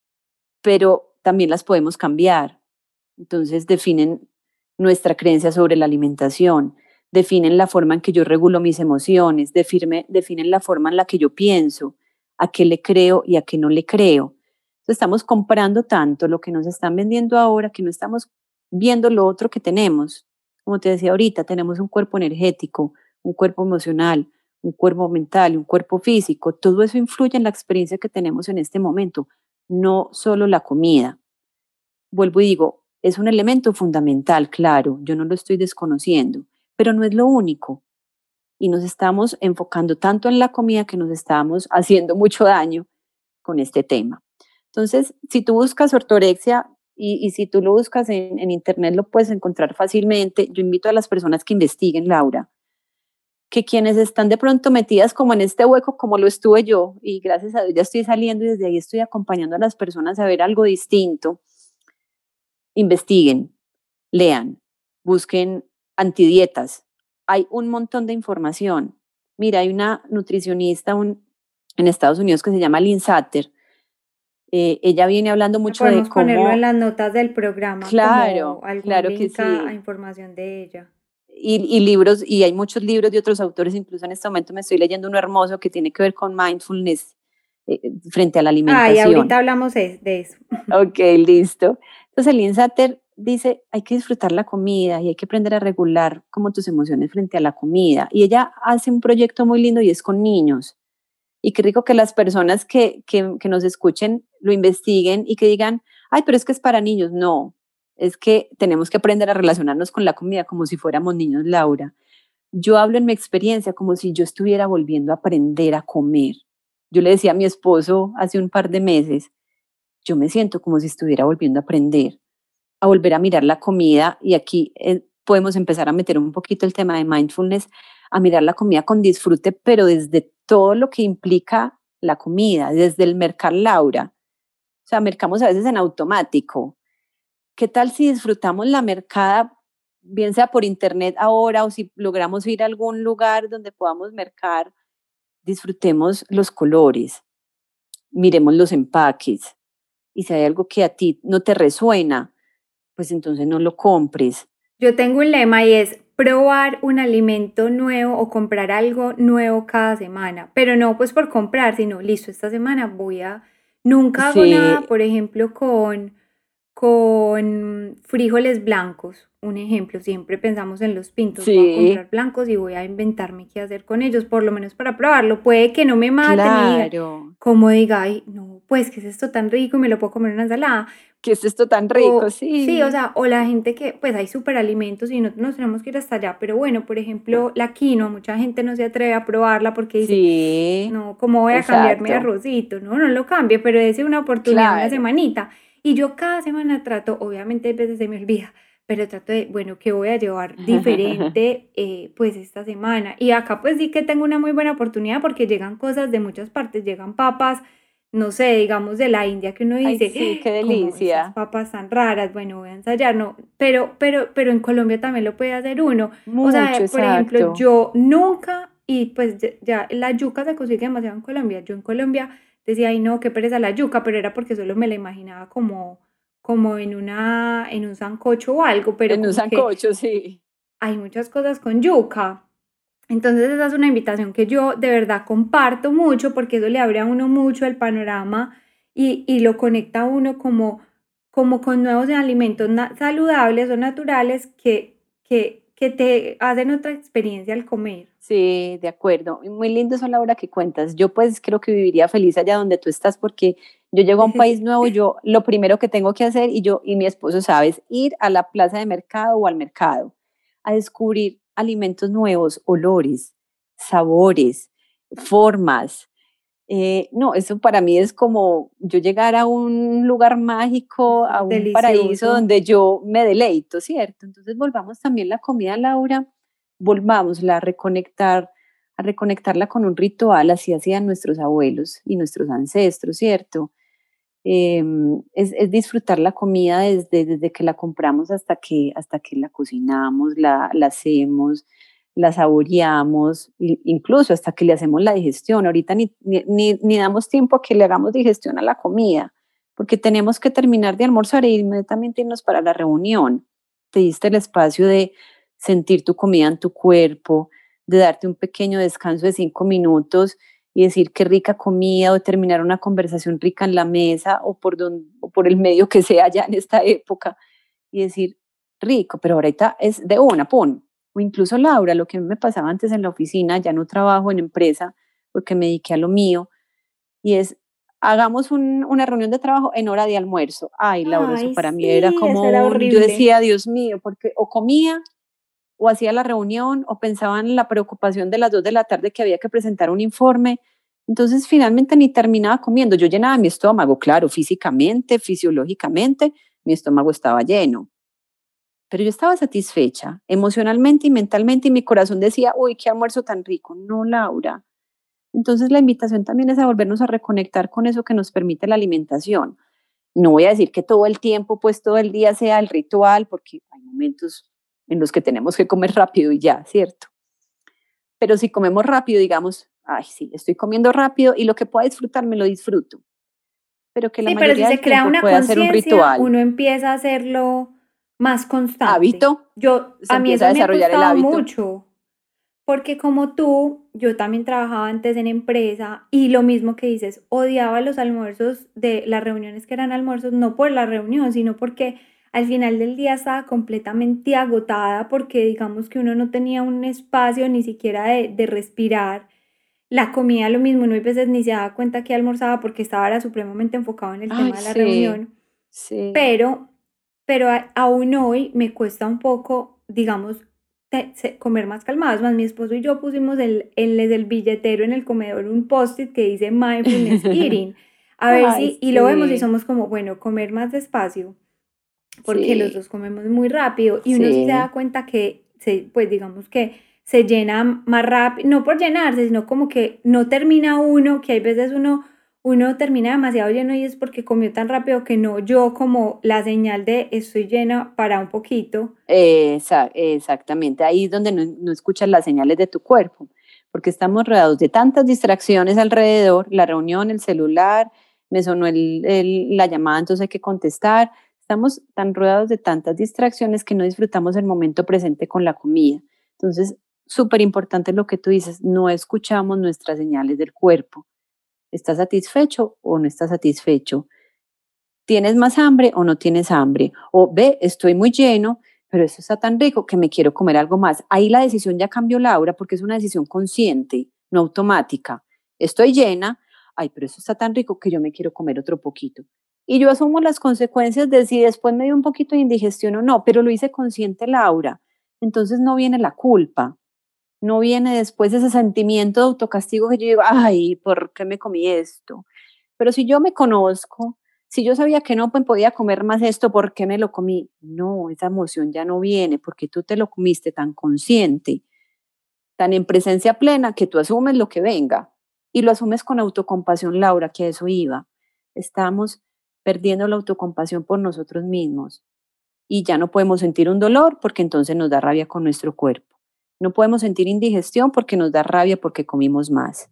pero también las podemos cambiar. Entonces definen nuestra creencia sobre la alimentación, definen la forma en que yo regulo mis emociones, define, definen la forma en la que yo pienso, a qué le creo y a qué no le creo. Entonces estamos comprando tanto lo que nos están vendiendo ahora que no estamos viendo lo otro que tenemos. Como te decía ahorita, tenemos un cuerpo energético, un cuerpo emocional, un cuerpo mental y un cuerpo físico. Todo eso influye en la experiencia que tenemos en este momento, no solo la comida. Vuelvo y digo, es un elemento fundamental, claro, yo no lo estoy desconociendo, pero no es lo único. Y nos estamos enfocando tanto en la comida que nos estamos haciendo mucho daño con este tema. Entonces, si tú buscas ortorexia y, y si tú lo buscas en, en internet, lo puedes encontrar fácilmente. Yo invito a las personas que investiguen, Laura, que quienes están de pronto metidas como en este hueco, como lo estuve yo, y gracias a Dios ya estoy saliendo y desde ahí estoy acompañando a las personas a ver algo distinto. Investiguen, lean, busquen antidietas. Hay un montón de información. Mira, hay una nutricionista un, en Estados Unidos que se llama Lynn Satter. Eh, ella viene hablando mucho de podemos ponerlo en cómo, las notas del programa como claro, algún claro que link a, a sí, información de ella. y, y libros, y hay muchos libros de otros autores, incluso en este momento me estoy leyendo uno hermoso que tiene que ver con mindfulness eh, frente a la Ah, y ahorita alimentación. hablamos de, de eso. Ok, listo. Entonces, Lynn Satter dice, hay que disfrutar la comida y hay que aprender a regular como tus emociones frente a la comida. Y ella hace un proyecto muy lindo y es con niños. Y qué rico que las personas que, que, que nos escuchen lo investiguen y que digan, ay, pero es que es para niños. No, es que tenemos que aprender a relacionarnos con la comida como si fuéramos niños, Laura. yo hablo en mi experiencia como si yo estuviera volviendo a aprender a comer. Yo le decía a mi esposo hace un par de meses, yo me siento como si estuviera volviendo a aprender, a volver a mirar la comida y aquí eh, podemos empezar a meter un poquito el tema de mindfulness, a mirar la comida con disfrute, pero desde todo lo que implica la comida, desde el mercar Laura. O sea, mercamos a veces en automático. ¿Qué tal si disfrutamos la mercada, bien sea por internet ahora o si logramos ir a algún lugar donde podamos mercar? Disfrutemos los colores, miremos los empaques y si hay algo que a ti no te resuena, pues entonces no lo compres. Yo tengo un lema y es probar un alimento nuevo o comprar algo nuevo cada semana, pero no pues por comprar, sino listo, esta semana voy a, nunca hago nada, Sí, por ejemplo, con, con frijoles blancos, un ejemplo, siempre pensamos en los pintos, voy a sí, comprar blancos y voy a inventarme qué hacer con ellos, por lo menos para probarlo, puede que no me maten y digan, claro. como diga, ay, no, pues, ¿qué es esto tan rico? Y me lo puedo comer en una ensalada. ¿Qué es esto tan rico? O sí, o Sí, sea, o la gente que, pues hay superalimentos y no nos tenemos que ir hasta allá, pero bueno, por ejemplo, la quinoa, mucha gente no se atreve a probarla porque dice, sí, no, ¿cómo voy a cambiarme de exacto, arrocito? No, no lo cambie, pero dése una oportunidad una claro. semanita. Y yo cada semana trato, obviamente a veces se me olvida, pero trato de, bueno, ¿qué voy a llevar diferente eh, pues esta semana? Y acá pues sí que tengo una muy buena oportunidad porque llegan cosas de muchas partes, llegan papas, no sé, digamos de la India que uno Ay, dice, sí, qué como estas delicia. papas tan raras, bueno, voy a ensayar, no, pero, pero, pero en Colombia también lo puede hacer uno. O Mucho, sea, por ejemplo, exacto. yo nunca, y pues ya, ya la yuca se consigue demasiado en Colombia. Yo en Colombia decía, ay no, qué pereza la yuca, pero era porque solo me la imaginaba como, como en una, en un sancocho o algo, pero En un como que sancocho, sí. hay muchas cosas con yuca. Entonces esa es una invitación que yo de verdad comparto mucho porque eso le abre a uno mucho el panorama y, y lo conecta a uno como, como con nuevos alimentos na- saludables o naturales que, que, que te hacen otra experiencia al comer. Sí, de acuerdo. Y muy lindo eso, Laura, que cuentas. Yo pues creo que viviría feliz allá donde tú estás porque yo llego a un país nuevo, yo lo primero que tengo que hacer y yo y mi esposo sabe es ir a la plaza de mercado o al mercado a descubrir alimentos nuevos, olores, sabores, formas. Eh, no, eso para mí es como yo llegar a un lugar mágico, a un paraíso Delicioso. donde yo me deleito, ¿cierto? Entonces volvamos también la comida, Laura, volvámosla a reconectar, a reconectarla con un ritual, así hacían nuestros abuelos y nuestros ancestros, ¿cierto? Eh, es, es disfrutar la comida desde, desde que la compramos hasta que, hasta que la cocinamos, la, la hacemos, la saboreamos, i- incluso hasta que le hacemos la digestión. Ahorita ni, ni, ni, ni damos tiempo a que le hagamos digestión a la comida, porque tenemos que terminar de almorzar e inmediatamente irnos para la reunión. Te diste el espacio de sentir tu comida en tu cuerpo, de darte un pequeño descanso de cinco minutos y decir qué rica comida o terminar una conversación rica en la mesa o por, don, o por el medio que sea ya en esta época y decir rico, pero ahorita es de una, pum. O incluso Laura, lo que me pasaba antes en la oficina, ya no trabajo en empresa porque me dediqué a lo mío y es hagamos un, una reunión de trabajo en hora de almuerzo. Ay, Laura, eso Ay, para mí era sí, eso como era un, yo horrible. decía, Dios mío, porque o comía o hacía la reunión o pensaba en la preocupación de las dos de la tarde que había que presentar un informe. Entonces finalmente ni terminaba comiendo. Yo llenaba mi estómago, claro, físicamente, fisiológicamente, mi estómago estaba lleno. Pero yo estaba satisfecha emocionalmente y mentalmente y mi corazón decía, uy, qué almuerzo tan rico. No, Laura. Entonces la invitación también es a volvernos a reconectar con eso que nos permite la alimentación. No voy a decir que todo el tiempo, pues todo el día sea el ritual, porque hay momentos en los que tenemos que comer rápido y ya, ¿cierto? Pero si comemos rápido, digamos, ay, sí, estoy comiendo rápido y lo que pueda disfrutar me lo disfruto, pero que la Sí, pero si mayoría se del crea tiempo una pueda ser un conciencia, ritual. uno empieza a hacerlo más constante. Hábito, Yo, se a mí empieza eso a me ha desarrollar el costado hábito. mucho, porque como tú, yo también trabajaba antes en empresa y lo mismo que dices, odiaba los almuerzos de las reuniones que eran almuerzos, no por la reunión, sino porque al final del día estaba completamente agotada porque digamos que uno no tenía un espacio ni siquiera de, de respirar. La comida lo mismo, uno a veces ni se daba cuenta que almorzaba porque estaba era supremamente enfocado en el Ay, tema de la sí, reunión, sí, pero, pero a- aún hoy me cuesta un poco, digamos, te, se, comer más calmados. Más mi esposo y yo pusimos el, el, el billetero en el comedor un post-it que dice mindfulness eating. A ver Ay, si, y lo vemos y sí, somos como, bueno, comer más despacio, porque los sí, dos comemos muy rápido y uno sí se da sí. cuenta que, se, pues digamos que se llena más rápido, no por llenarse, sino como que no termina uno, que hay veces uno, uno termina demasiado lleno y es porque comió tan rápido que no yo como la señal de estoy llena para un poquito. Esa- exactamente, ahí es donde no, no escuchas las señales de tu cuerpo, porque estamos rodeados de tantas distracciones alrededor, la reunión, el celular, me sonó el, el- la llamada, entonces hay que contestar. Estamos tan rodeados de tantas distracciones que no disfrutamos el momento presente con la comida. Entonces, súper importante lo que tú dices, no escuchamos nuestras señales del cuerpo. ¿Estás satisfecho o no estás satisfecho? ¿Tienes más hambre o no tienes hambre? O ve, estoy muy lleno, pero esto está tan rico que me quiero comer algo más. Ahí la decisión ya cambió, Laura, porque es una decisión consciente, no automática. Estoy llena, ay, pero esto está tan rico que yo me quiero comer otro poquito. Y yo asumo las consecuencias de si después me dio un poquito de indigestión o no, pero lo hice consciente, Laura. Entonces no viene la culpa, no viene después ese sentimiento de autocastigo que yo digo, ay, ¿por qué me comí esto? Pero si yo me conozco, si yo sabía que no pues, podía comer más esto, ¿por qué me lo comí? No, esa emoción ya no viene porque tú te lo comiste tan consciente, tan en presencia plena que tú asumes lo que venga y lo asumes con autocompasión, Laura, que a eso iba. Estamos perdiendo la autocompasión por nosotros mismos y ya no podemos sentir un dolor porque entonces nos da rabia con nuestro cuerpo. No podemos sentir indigestión porque nos da rabia porque comimos más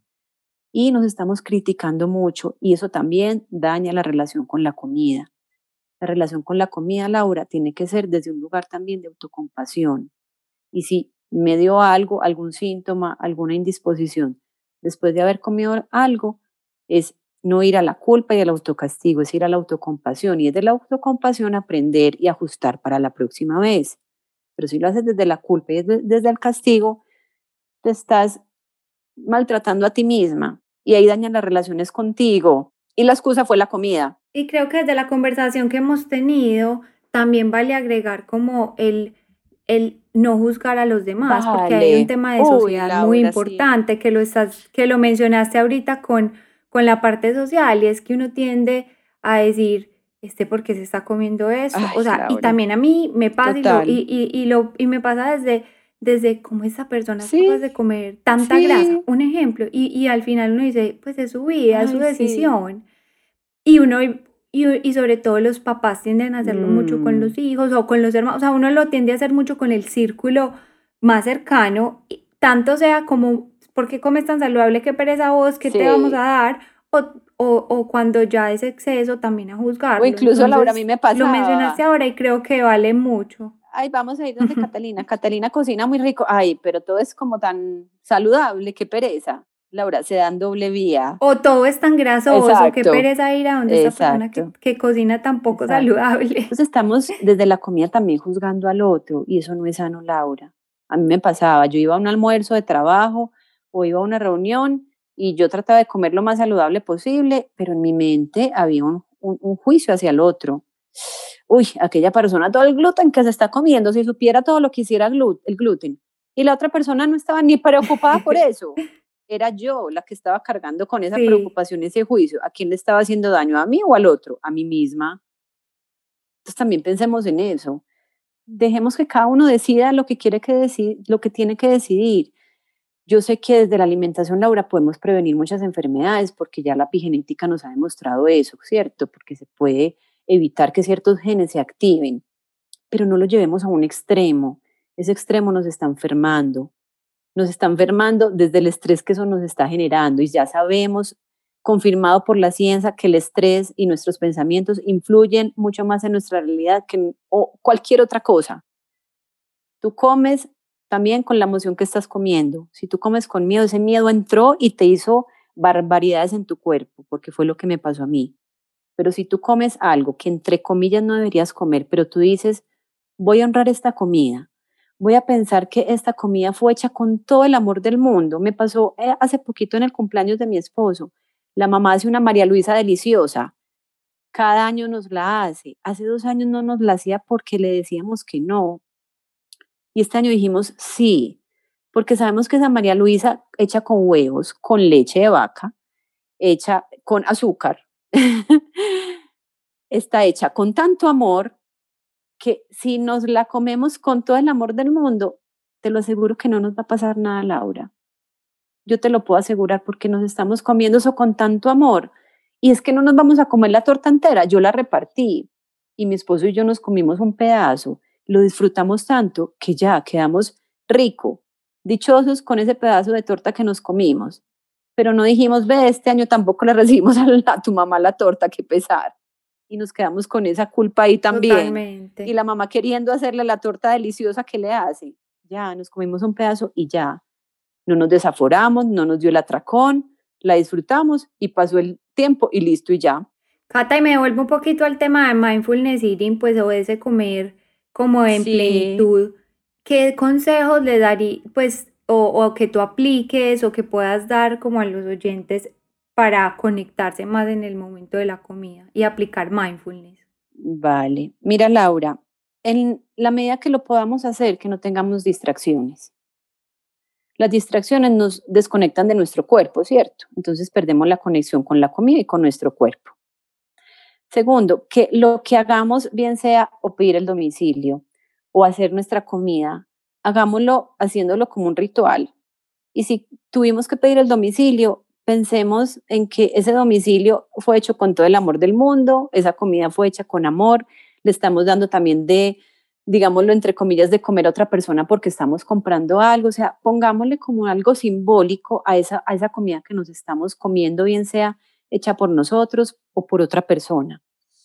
y nos estamos criticando mucho y eso también daña la relación con la comida. La relación con la comida, Laura, tiene que ser desde un lugar también de autocompasión. Y si me dio algo, algún síntoma, alguna indisposición, después de haber comido algo, es no ir a la culpa y al autocastigo, es ir a la autocompasión y es de la autocompasión aprender y ajustar para la próxima vez. Pero si lo haces desde la culpa y desde el castigo, te estás maltratando a ti misma y ahí dañan las relaciones contigo. Y la excusa fue la comida. Y creo que desde la conversación que hemos tenido, también vale agregar como el, el no juzgar a los demás, porque hay un Vale. tema de Uy, sociedad muy Laura, sí. importante que lo, estás, que lo mencionaste ahorita con, con la parte social, y es que uno tiende a decir, este, ¿por qué se está comiendo esto? Ay, O sea, y Laura. también a mí me pasa y, lo, Total. y, y, y, lo, y me pasa desde, desde cómo esa persona es capaz Sí, de comer tanta grasa, sí. un ejemplo, y, y al final uno dice, pues es su vida, es su Ay, sí. decisión. Y uno, y, y sobre todo los papás tienden a hacerlo mucho con Mm, los hijos o con los hermanos, o sea, uno lo tiende a hacer mucho con el círculo más cercano, y tanto sea como, ¿por qué comes tan saludable? ¿Qué pereza vos? ¿Qué te vamos a sí. dar? O, o, o cuando ya es exceso, también a O juzgarlo. incluso, Laura, a mí Entonces, me lo mencionaste pasaba. ahora y creo que vale mucho. Ay, vamos a ir donde Catalina. Catalina cocina muy rico. Ay, pero todo es como tan saludable, qué pereza. Laura, se dan doble vía. O todo es tan grasoso, qué Exacto, pereza ir a donde esta persona que, exacto, que cocina tan poco exacto. saludable. Entonces estamos desde la comida también juzgando al otro y eso no es sano, Laura. A mí me pasaba, yo iba a un almuerzo de trabajo o iba a una reunión y yo trataba de comer lo más saludable posible, pero en mi mente había un, un, un juicio hacia el otro. Uy, aquella persona, todo el gluten que se está comiendo, si supiera todo lo que hiciera glu- el gluten. Y la otra persona no estaba ni preocupada por eso. Era yo la que estaba cargando con esa Sí. preocupación, ese juicio. ¿A quién le estaba haciendo daño? ¿A mí o al otro? A mí misma. Entonces también pensemos en eso. Dejemos que cada uno decida lo que quiere que decir, lo que tiene que decidir. Yo sé que desde la alimentación, Laura, podemos prevenir muchas enfermedades porque ya la epigenética nos ha demostrado eso, ¿cierto? Porque se puede evitar que ciertos genes se activen, pero no lo llevemos a un extremo. Ese extremo nos está enfermando. Nos está enfermando desde el estrés que eso nos está generando y ya sabemos, confirmado por la ciencia, que el estrés y nuestros pensamientos influyen mucho más en nuestra realidad que en, o cualquier otra cosa. Tú comes también con la emoción que estás comiendo. Si tú comes con miedo, ese miedo entró y te hizo barbaridades en tu cuerpo, porque fue lo que me pasó a mí. Pero si tú comes algo que entre comillas no deberías comer, pero tú dices, voy a honrar esta comida, voy a pensar que esta comida fue hecha con todo el amor del mundo. Me pasó eh, hace poquito en el cumpleaños de mi esposo. La mamá hace una María Luisa deliciosa. Cada año nos la hace. Hace dos años no nos la hacía porque le decíamos que no. Y este año dijimos sí, porque sabemos que esa María Luisa hecha con huevos, con leche de vaca, hecha con azúcar, está hecha con tanto amor que si nos la comemos con todo el amor del mundo, te lo aseguro que no nos va a pasar nada, Laura. Yo te lo puedo asegurar porque nos estamos comiendo eso con tanto amor. Y es que no nos vamos a comer la torta entera, yo la repartí y mi esposo y yo nos comimos un pedazo, lo disfrutamos tanto que ya quedamos rico, dichosos con ese pedazo de torta que nos comimos. Pero no dijimos, ve, este año tampoco le recibimos a, la, a tu mamá la torta, qué pesar. Y nos quedamos con esa culpa ahí también. Totalmente. Y la mamá queriendo hacerle la torta deliciosa que le hace. Ya, nos comimos un pedazo y ya. No nos desaforamos, no nos dio el atracón, la disfrutamos y pasó el tiempo y listo y ya. Cata, y me vuelvo un poquito al tema de mindfulness eating, pues o ese comer como en Sí. plenitud. ¿Qué consejos le daría, pues, o, o que tú apliques o que puedas dar como a los oyentes para conectarse más en el momento de la comida y aplicar mindfulness? Vale. Mira, Laura, en la medida que lo podamos hacer, que no tengamos distracciones. Las distracciones nos desconectan de nuestro cuerpo, ¿cierto? Entonces perdemos la conexión con la comida y con nuestro cuerpo. Segundo, que lo que hagamos, bien sea o pedir el domicilio o hacer nuestra comida, hagámoslo haciéndolo como un ritual. Y si tuvimos que pedir el domicilio, pensemos en que ese domicilio fue hecho con todo el amor del mundo, esa comida fue hecha con amor, le estamos dando también de, digámoslo entre comillas, de comer a otra persona porque estamos comprando algo, o sea, pongámosle como algo simbólico a esa, a esa comida que nos estamos comiendo, bien sea hecha por nosotros o por otra persona.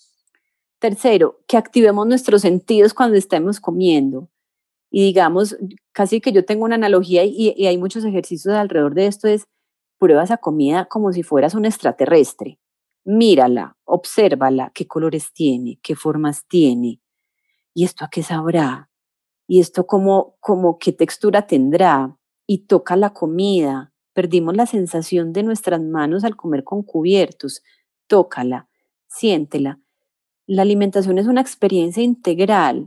Tercero, que activemos nuestros sentidos cuando estemos comiendo. Y digamos, casi que yo tengo una analogía y, y hay muchos ejercicios alrededor de esto, es prueba esa comida como si fueras un extraterrestre. Mírala, obsérvala, qué colores tiene, qué formas tiene, y esto a qué sabrá, y esto como, como qué textura tendrá, y toca la comida. Perdimos la sensación de nuestras manos al comer con cubiertos. Tócala, siéntela. La alimentación es una experiencia integral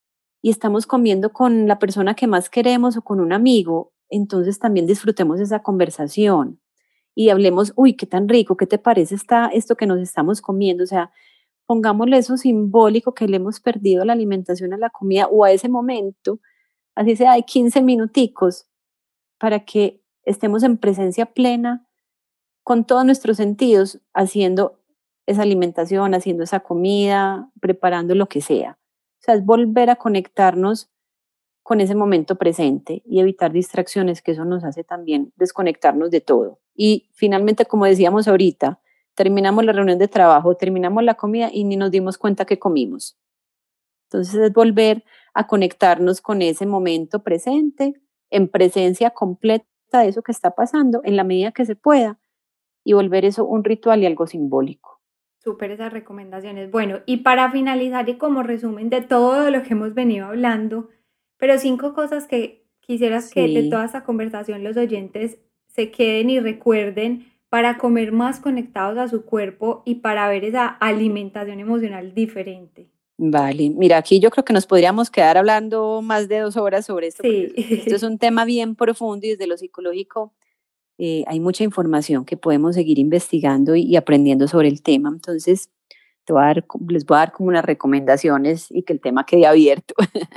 y estamos comiendo con la persona que más queremos o con un amigo, entonces también disfrutemos esa conversación y hablemos, uy, qué tan rico, qué te parece esta, esto que nos estamos comiendo, o sea, pongámosle eso simbólico que le hemos perdido a la alimentación, a la comida o a ese momento, así sea de quince minuticos, para que estemos en presencia plena con todos nuestros sentidos, haciendo esa alimentación, haciendo esa comida, preparando lo que sea. O sea, es volver a conectarnos con ese momento presente y evitar distracciones, que eso nos hace también desconectarnos de todo. Y finalmente, como decíamos ahorita, terminamos la reunión de trabajo, terminamos la comida y ni nos dimos cuenta que comimos. Entonces es volver a conectarnos con ese momento presente, en presencia completa de eso que está pasando, en la medida que se pueda, y volver eso un ritual y algo simbólico. Súper esas recomendaciones. Bueno, y para finalizar y como resumen de todo lo que hemos venido hablando, pero cinco cosas que quisieras Sí. que de toda esta conversación los oyentes se queden y recuerden para comer más conectados a su cuerpo y para ver esa alimentación emocional diferente. Vale, mira, aquí yo creo que nos podríamos quedar hablando más de dos horas sobre esto, Sí. porque esto es un tema bien profundo y desde lo psicológico eh, hay mucha información que podemos seguir investigando y, y aprendiendo sobre el tema. Entonces, te voy a dar, les voy a dar como unas recomendaciones y que el tema quede abierto.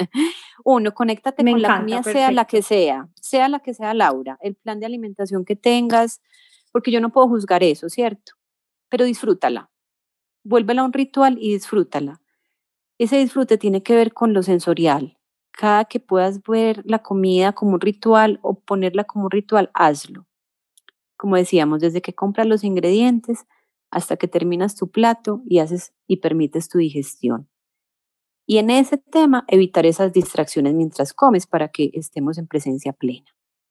Uno, conéctate Me con la encanta, comida, sea la perfecto. que sea, sea la que sea, Laura, el plan de alimentación que tengas, porque yo no puedo juzgar eso, ¿cierto? Pero disfrútala, vuélvela a un ritual y disfrútala. Ese disfrute tiene que ver con lo sensorial. Cada que puedas ver la comida como un ritual o ponerla como un ritual, hazlo. Como decíamos, desde que compras los ingredientes hasta que terminas tu plato y haces y permites tu digestión. Y en ese tema, evitar esas distracciones mientras comes para que estemos en presencia plena.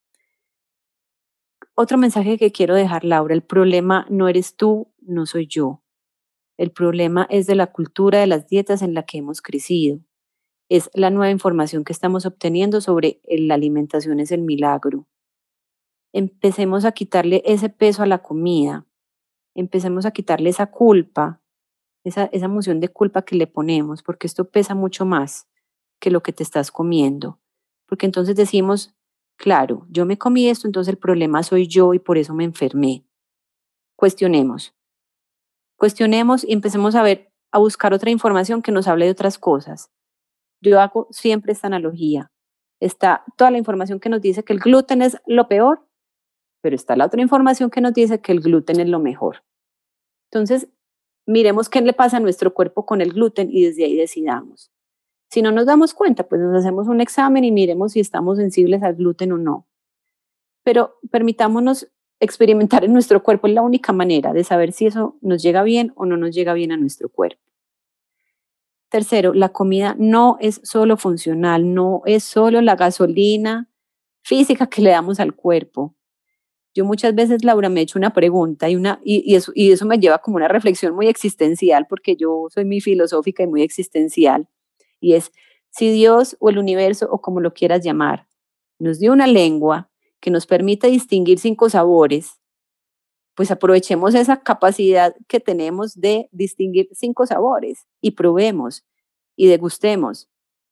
Otro mensaje que quiero dejar, Laura, el problema no eres tú, no soy yo. El problema es de la cultura de las dietas en la que hemos crecido. Es la nueva información que estamos obteniendo sobre el- la alimentación es el milagro. Empecemos a quitarle ese peso a la comida, empecemos a quitarle esa culpa, esa, esa emoción de culpa que le ponemos, porque esto pesa mucho más que lo que te estás comiendo. porque entonces decimos, claro, yo me comí esto, entonces el problema soy yo y por eso me enfermé. Cuestionemos, cuestionemos y empecemos a ver, a buscar otra información que nos hable de otras cosas. Yo hago siempre esta analogía. Está toda la información que nos dice que el gluten es lo peor, pero está la otra información que nos dice que el gluten es lo mejor. Entonces, miremos qué le pasa a nuestro cuerpo con el gluten y desde ahí decidamos. Si no nos damos cuenta, pues nos hacemos un examen y miremos si estamos sensibles al gluten o no. Pero permitámonos experimentar en nuestro cuerpo, es la única manera de saber si eso nos llega bien o no nos llega bien a nuestro cuerpo. Tercero, la comida no es solo funcional, no es solo la gasolina física que le damos al cuerpo. Yo muchas veces, Laura, me he hecho una pregunta y, una, y, y, eso, y eso me lleva como una reflexión muy existencial, porque yo soy muy filosófica y muy existencial, y es, si Dios o el universo, o como lo quieras llamar, nos dio una lengua que nos permite distinguir cinco sabores, pues aprovechemos esa capacidad que tenemos de distinguir cinco sabores y probemos y degustemos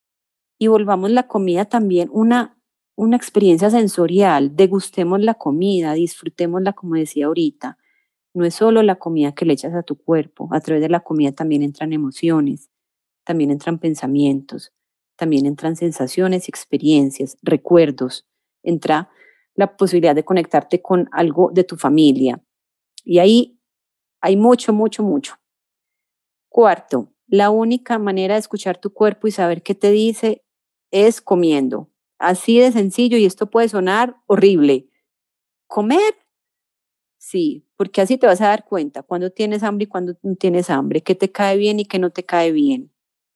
y volvamos la comida también una, una experiencia sensorial, degustemos la comida, disfrutémosla como decía ahorita. No es solo la comida que le echas a tu cuerpo, a través de la comida también entran emociones, también entran pensamientos, también entran sensaciones, experiencias, recuerdos, entra la posibilidad de conectarte con algo de tu familia. Y ahí hay mucho, mucho, mucho. Cuarto, la única manera de escuchar tu cuerpo y saber qué te dice es comiendo. Así de sencillo, y esto puede sonar horrible. ¿Comer? Sí, porque así te vas a dar cuenta cuando tienes hambre y cuando no tienes hambre, qué te cae bien y qué no te cae bien.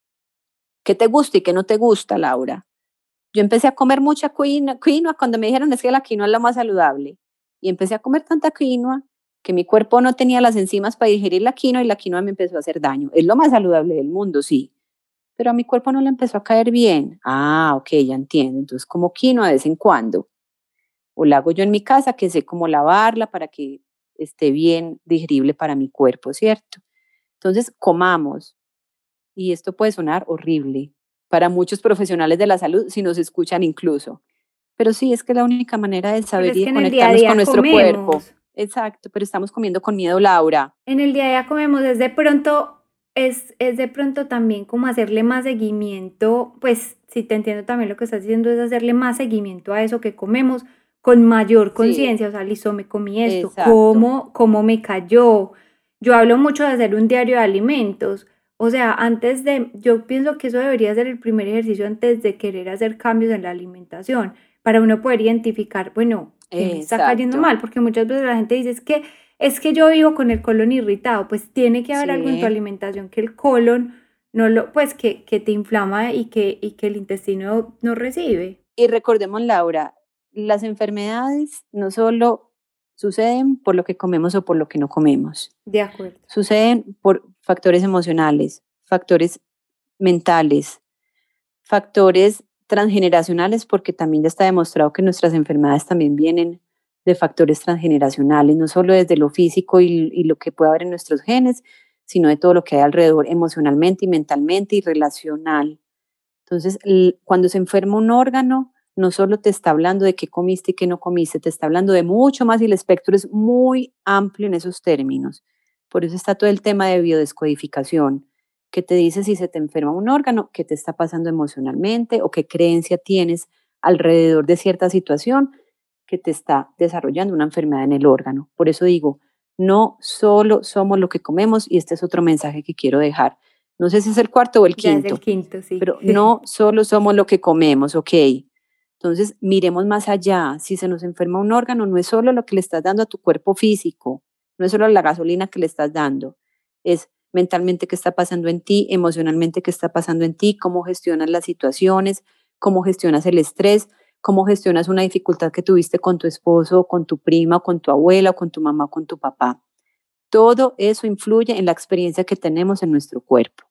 ¿Qué te gusta y qué no te gusta, Laura? Yo empecé a comer mucha quinoa, quinoa cuando me dijeron es que la quinoa es la más saludable. Y empecé a comer tanta quinoa que mi cuerpo no tenía las enzimas para digerir la quinoa y la quinoa me empezó a hacer daño. Es lo más saludable del mundo, sí. Pero a mi cuerpo no le empezó a caer bien. Ah, ok, ya entiendo. Entonces como quinoa de vez en cuando. O la hago yo en mi casa, que sé cómo lavarla para que esté bien digerible para mi cuerpo, ¿cierto? Entonces comamos. Y esto puede sonar horrible para muchos profesionales de la salud, si nos escuchan incluso. Pero sí, es que es la única manera de Pero saber es y que de en el día a conectarnos con día nuestro cuerpo. comemos. Exacto, pero estamos comiendo con miedo, Laura. En el día a día comemos, es de pronto, es, es de pronto también como hacerle más seguimiento, pues si te entiendo también lo que estás diciendo es hacerle más seguimiento a eso que comemos con mayor Sí, conciencia, o sea, listo, me comí esto, exacto. ¿cómo, cómo me cayó? Yo hablo mucho de hacer un diario de alimentos, o sea, antes de, yo pienso que eso debería ser el primer ejercicio antes de querer hacer cambios en la alimentación, para uno poder identificar, bueno, ¿qué me está cayendo Exacto. mal? Porque muchas veces la gente dice, es que es que yo vivo con el colon irritado, pues tiene que haber algo en tu Sí. alimentación que el colon no lo, pues que, que te inflama y que, y que el intestino no recibe. Y recordemos, Laura, las enfermedades no solo suceden por lo que comemos o por lo que no comemos. De acuerdo. Suceden por factores emocionales, factores mentales, factores transgeneracionales, porque también ya está demostrado que nuestras enfermedades también vienen de factores transgeneracionales, no solo desde lo físico y, y lo que puede haber en nuestros genes, sino de todo lo que hay alrededor emocionalmente y mentalmente y relacional. Entonces, l- cuando se enferma un órgano, no solo te está hablando de qué comiste y qué no comiste, te está hablando de mucho más y el espectro es muy amplio en esos términos. Por eso está todo el tema de biodescodificación, que te dice si se te enferma un órgano, qué te está pasando emocionalmente o qué creencia tienes alrededor de cierta situación que te está desarrollando una enfermedad en el órgano. Por eso digo, no solo somos lo que comemos y este es otro mensaje que quiero dejar. No sé si es el cuarto o el Ya es el quinto, quinto, sí. pero no solo somos lo que comemos, ¿ok? Entonces, miremos más allá. Si se nos enferma un órgano, no es solo lo que le estás dando a tu cuerpo físico, no es solo la gasolina que le estás dando, es mentalmente qué está pasando en ti, emocionalmente qué está pasando en ti, cómo gestionas las situaciones, cómo gestionas el estrés, cómo gestionas una dificultad que tuviste con tu esposo, o con tu prima, o con tu abuela, o con tu mamá, o con tu papá. Todo eso influye en la experiencia que tenemos en nuestro cuerpo.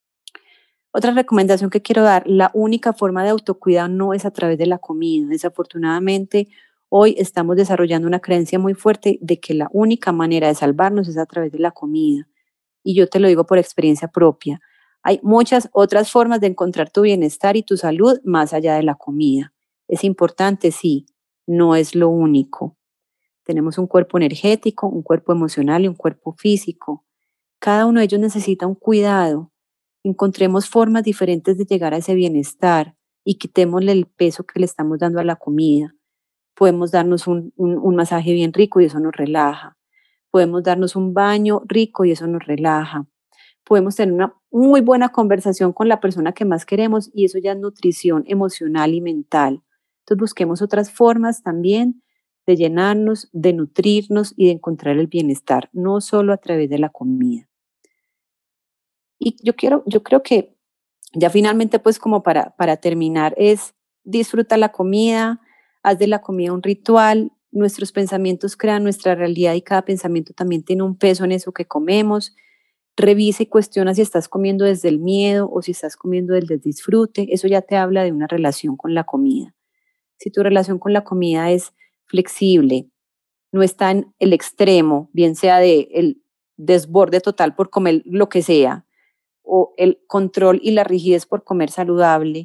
Otra recomendación que quiero dar, la única forma de autocuidado no es a través de la comida. Desafortunadamente, hoy estamos desarrollando una creencia muy fuerte de que la única manera de salvarnos es a través de la comida. Y yo te lo digo por experiencia propia. Hay muchas otras formas de encontrar tu bienestar y tu salud más allá de la comida. Es importante, sí, no es lo único. Tenemos un cuerpo energético, un cuerpo emocional y un cuerpo físico. Cada uno de ellos necesita un cuidado. Encontremos formas diferentes de llegar a ese bienestar y quitémosle el peso que le estamos dando a la comida. Podemos darnos un, un, un masaje bien rico y eso nos relaja. Podemos darnos un baño rico y eso nos relaja. Podemos tener una muy buena conversación con la persona que más queremos y eso ya es nutrición emocional y mental. Entonces busquemos otras formas también de llenarnos, de nutrirnos y de encontrar el bienestar, no solo a través de la comida. Y yo quiero, yo creo que ya finalmente, pues como para, para terminar, es disfruta la comida, haz de la comida un ritual, nuestros pensamientos crean nuestra realidad y cada pensamiento también tiene un peso en eso que comemos. Revisa y cuestiona si estás comiendo desde el miedo o si estás comiendo desde el disfrute. Eso ya te habla de una relación con la comida. Si tu relación con la comida es flexible, no está en el extremo, bien sea de el desborde total por comer lo que sea, o el control y la rigidez por comer saludable.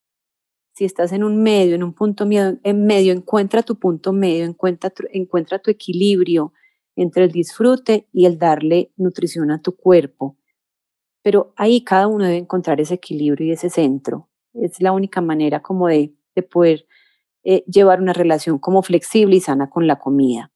Si estás en un medio, en un punto medio, en medio encuentra tu punto medio, encuentra tu, encuentra tu equilibrio entre el disfrute y el darle nutrición a tu cuerpo. Pero ahí cada uno debe encontrar ese equilibrio y ese centro. Es la única manera como de, de poder eh, llevar una relación como flexible y sana con la comida.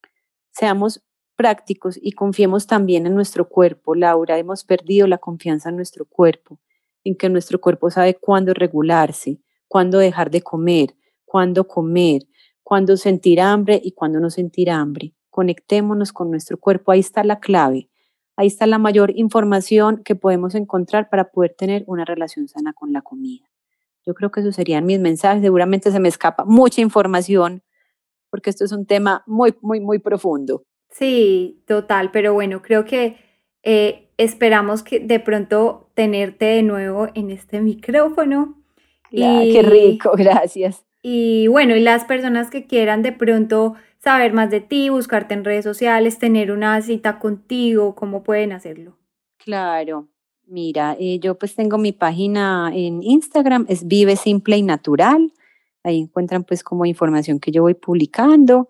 Seamos prácticos y confiemos también en nuestro cuerpo. Laura, hemos perdido la confianza en nuestro cuerpo, en que nuestro cuerpo sabe cuándo regularse, cuándo dejar de comer, cuándo comer, cuándo sentir hambre y cuándo no sentir hambre. Conectémonos con nuestro cuerpo, ahí está la clave, ahí está la mayor información que podemos encontrar para poder tener una relación sana con la comida. Yo creo que esos serían mis mensajes, seguramente se me escapa mucha información, porque esto es un tema muy, muy, muy profundo. Sí, total, pero bueno, creo que eh, esperamos que de pronto tenerte de nuevo en este micrófono. Claro, Y, qué rico, gracias. Y bueno, y las personas que quieran de pronto saber más de ti, buscarte en redes sociales, tener una cita contigo, ¿cómo pueden hacerlo? Claro, mira, eh, yo pues tengo mi página en Instagram, es Vive Simple y Natural. Ahí encuentran pues como información que yo voy publicando.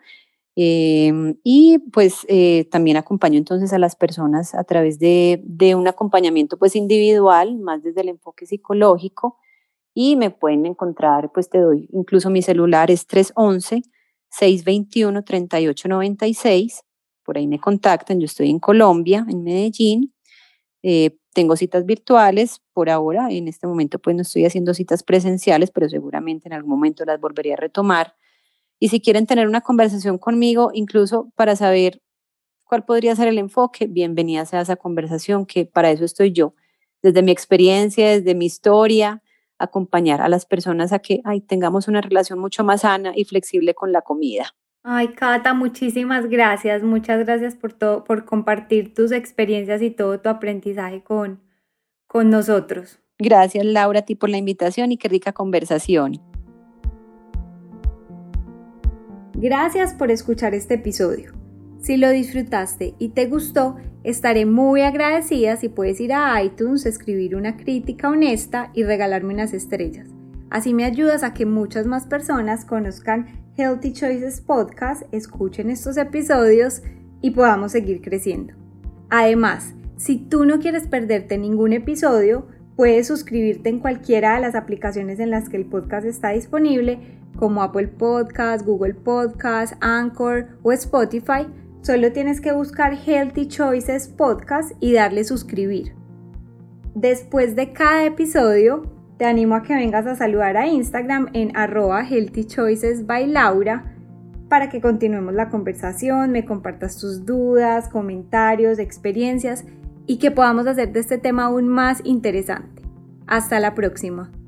Em, y pues eh, también acompaño entonces a las personas a través de, de un acompañamiento pues individual, más desde el enfoque psicológico. Y me pueden encontrar, pues te doy, incluso mi celular es tres once, seiscientos veintiuno, treinta y ocho noventa y seis. Por ahí me contactan, yo estoy en Colombia, en Medellín. Eh, tengo citas virtuales por ahora, en este momento pues no estoy haciendo citas presenciales, pero seguramente en algún momento las volveré a retomar. Y si quieren tener una conversación conmigo, incluso para saber cuál podría ser el enfoque, bienvenida sea esa conversación, que para eso estoy yo, desde mi experiencia, desde mi historia, acompañar a las personas a que ay, tengamos una relación mucho más sana y flexible con la comida. Ay, Cata, muchísimas gracias, muchas gracias por todo, por compartir tus experiencias y todo tu aprendizaje con, con nosotros. Gracias, Laura, a ti por la invitación y qué rica conversación. Gracias por escuchar este episodio. Si lo disfrutaste y te gustó, estaré muy agradecida si puedes ir a iTunes, escribir una crítica honesta y regalarme unas estrellas. Así me ayudas a que muchas más personas conozcan Healthy Choices Podcast, escuchen estos episodios y podamos seguir creciendo. Además, si tú no quieres perderte ningún episodio, puedes suscribirte en cualquiera de las aplicaciones en las que el podcast está disponible, como Apple Podcast, Google Podcast, Anchor o Spotify. Solo tienes que buscar Healthy Choices Podcast y darle suscribir. Después de cada episodio, te animo a que vengas a saludar a Instagram en arroba Healthy Choices by Laura para que continuemos la conversación, me compartas tus dudas, comentarios, experiencias y que podamos hacer de este tema aún más interesante. Hasta la próxima.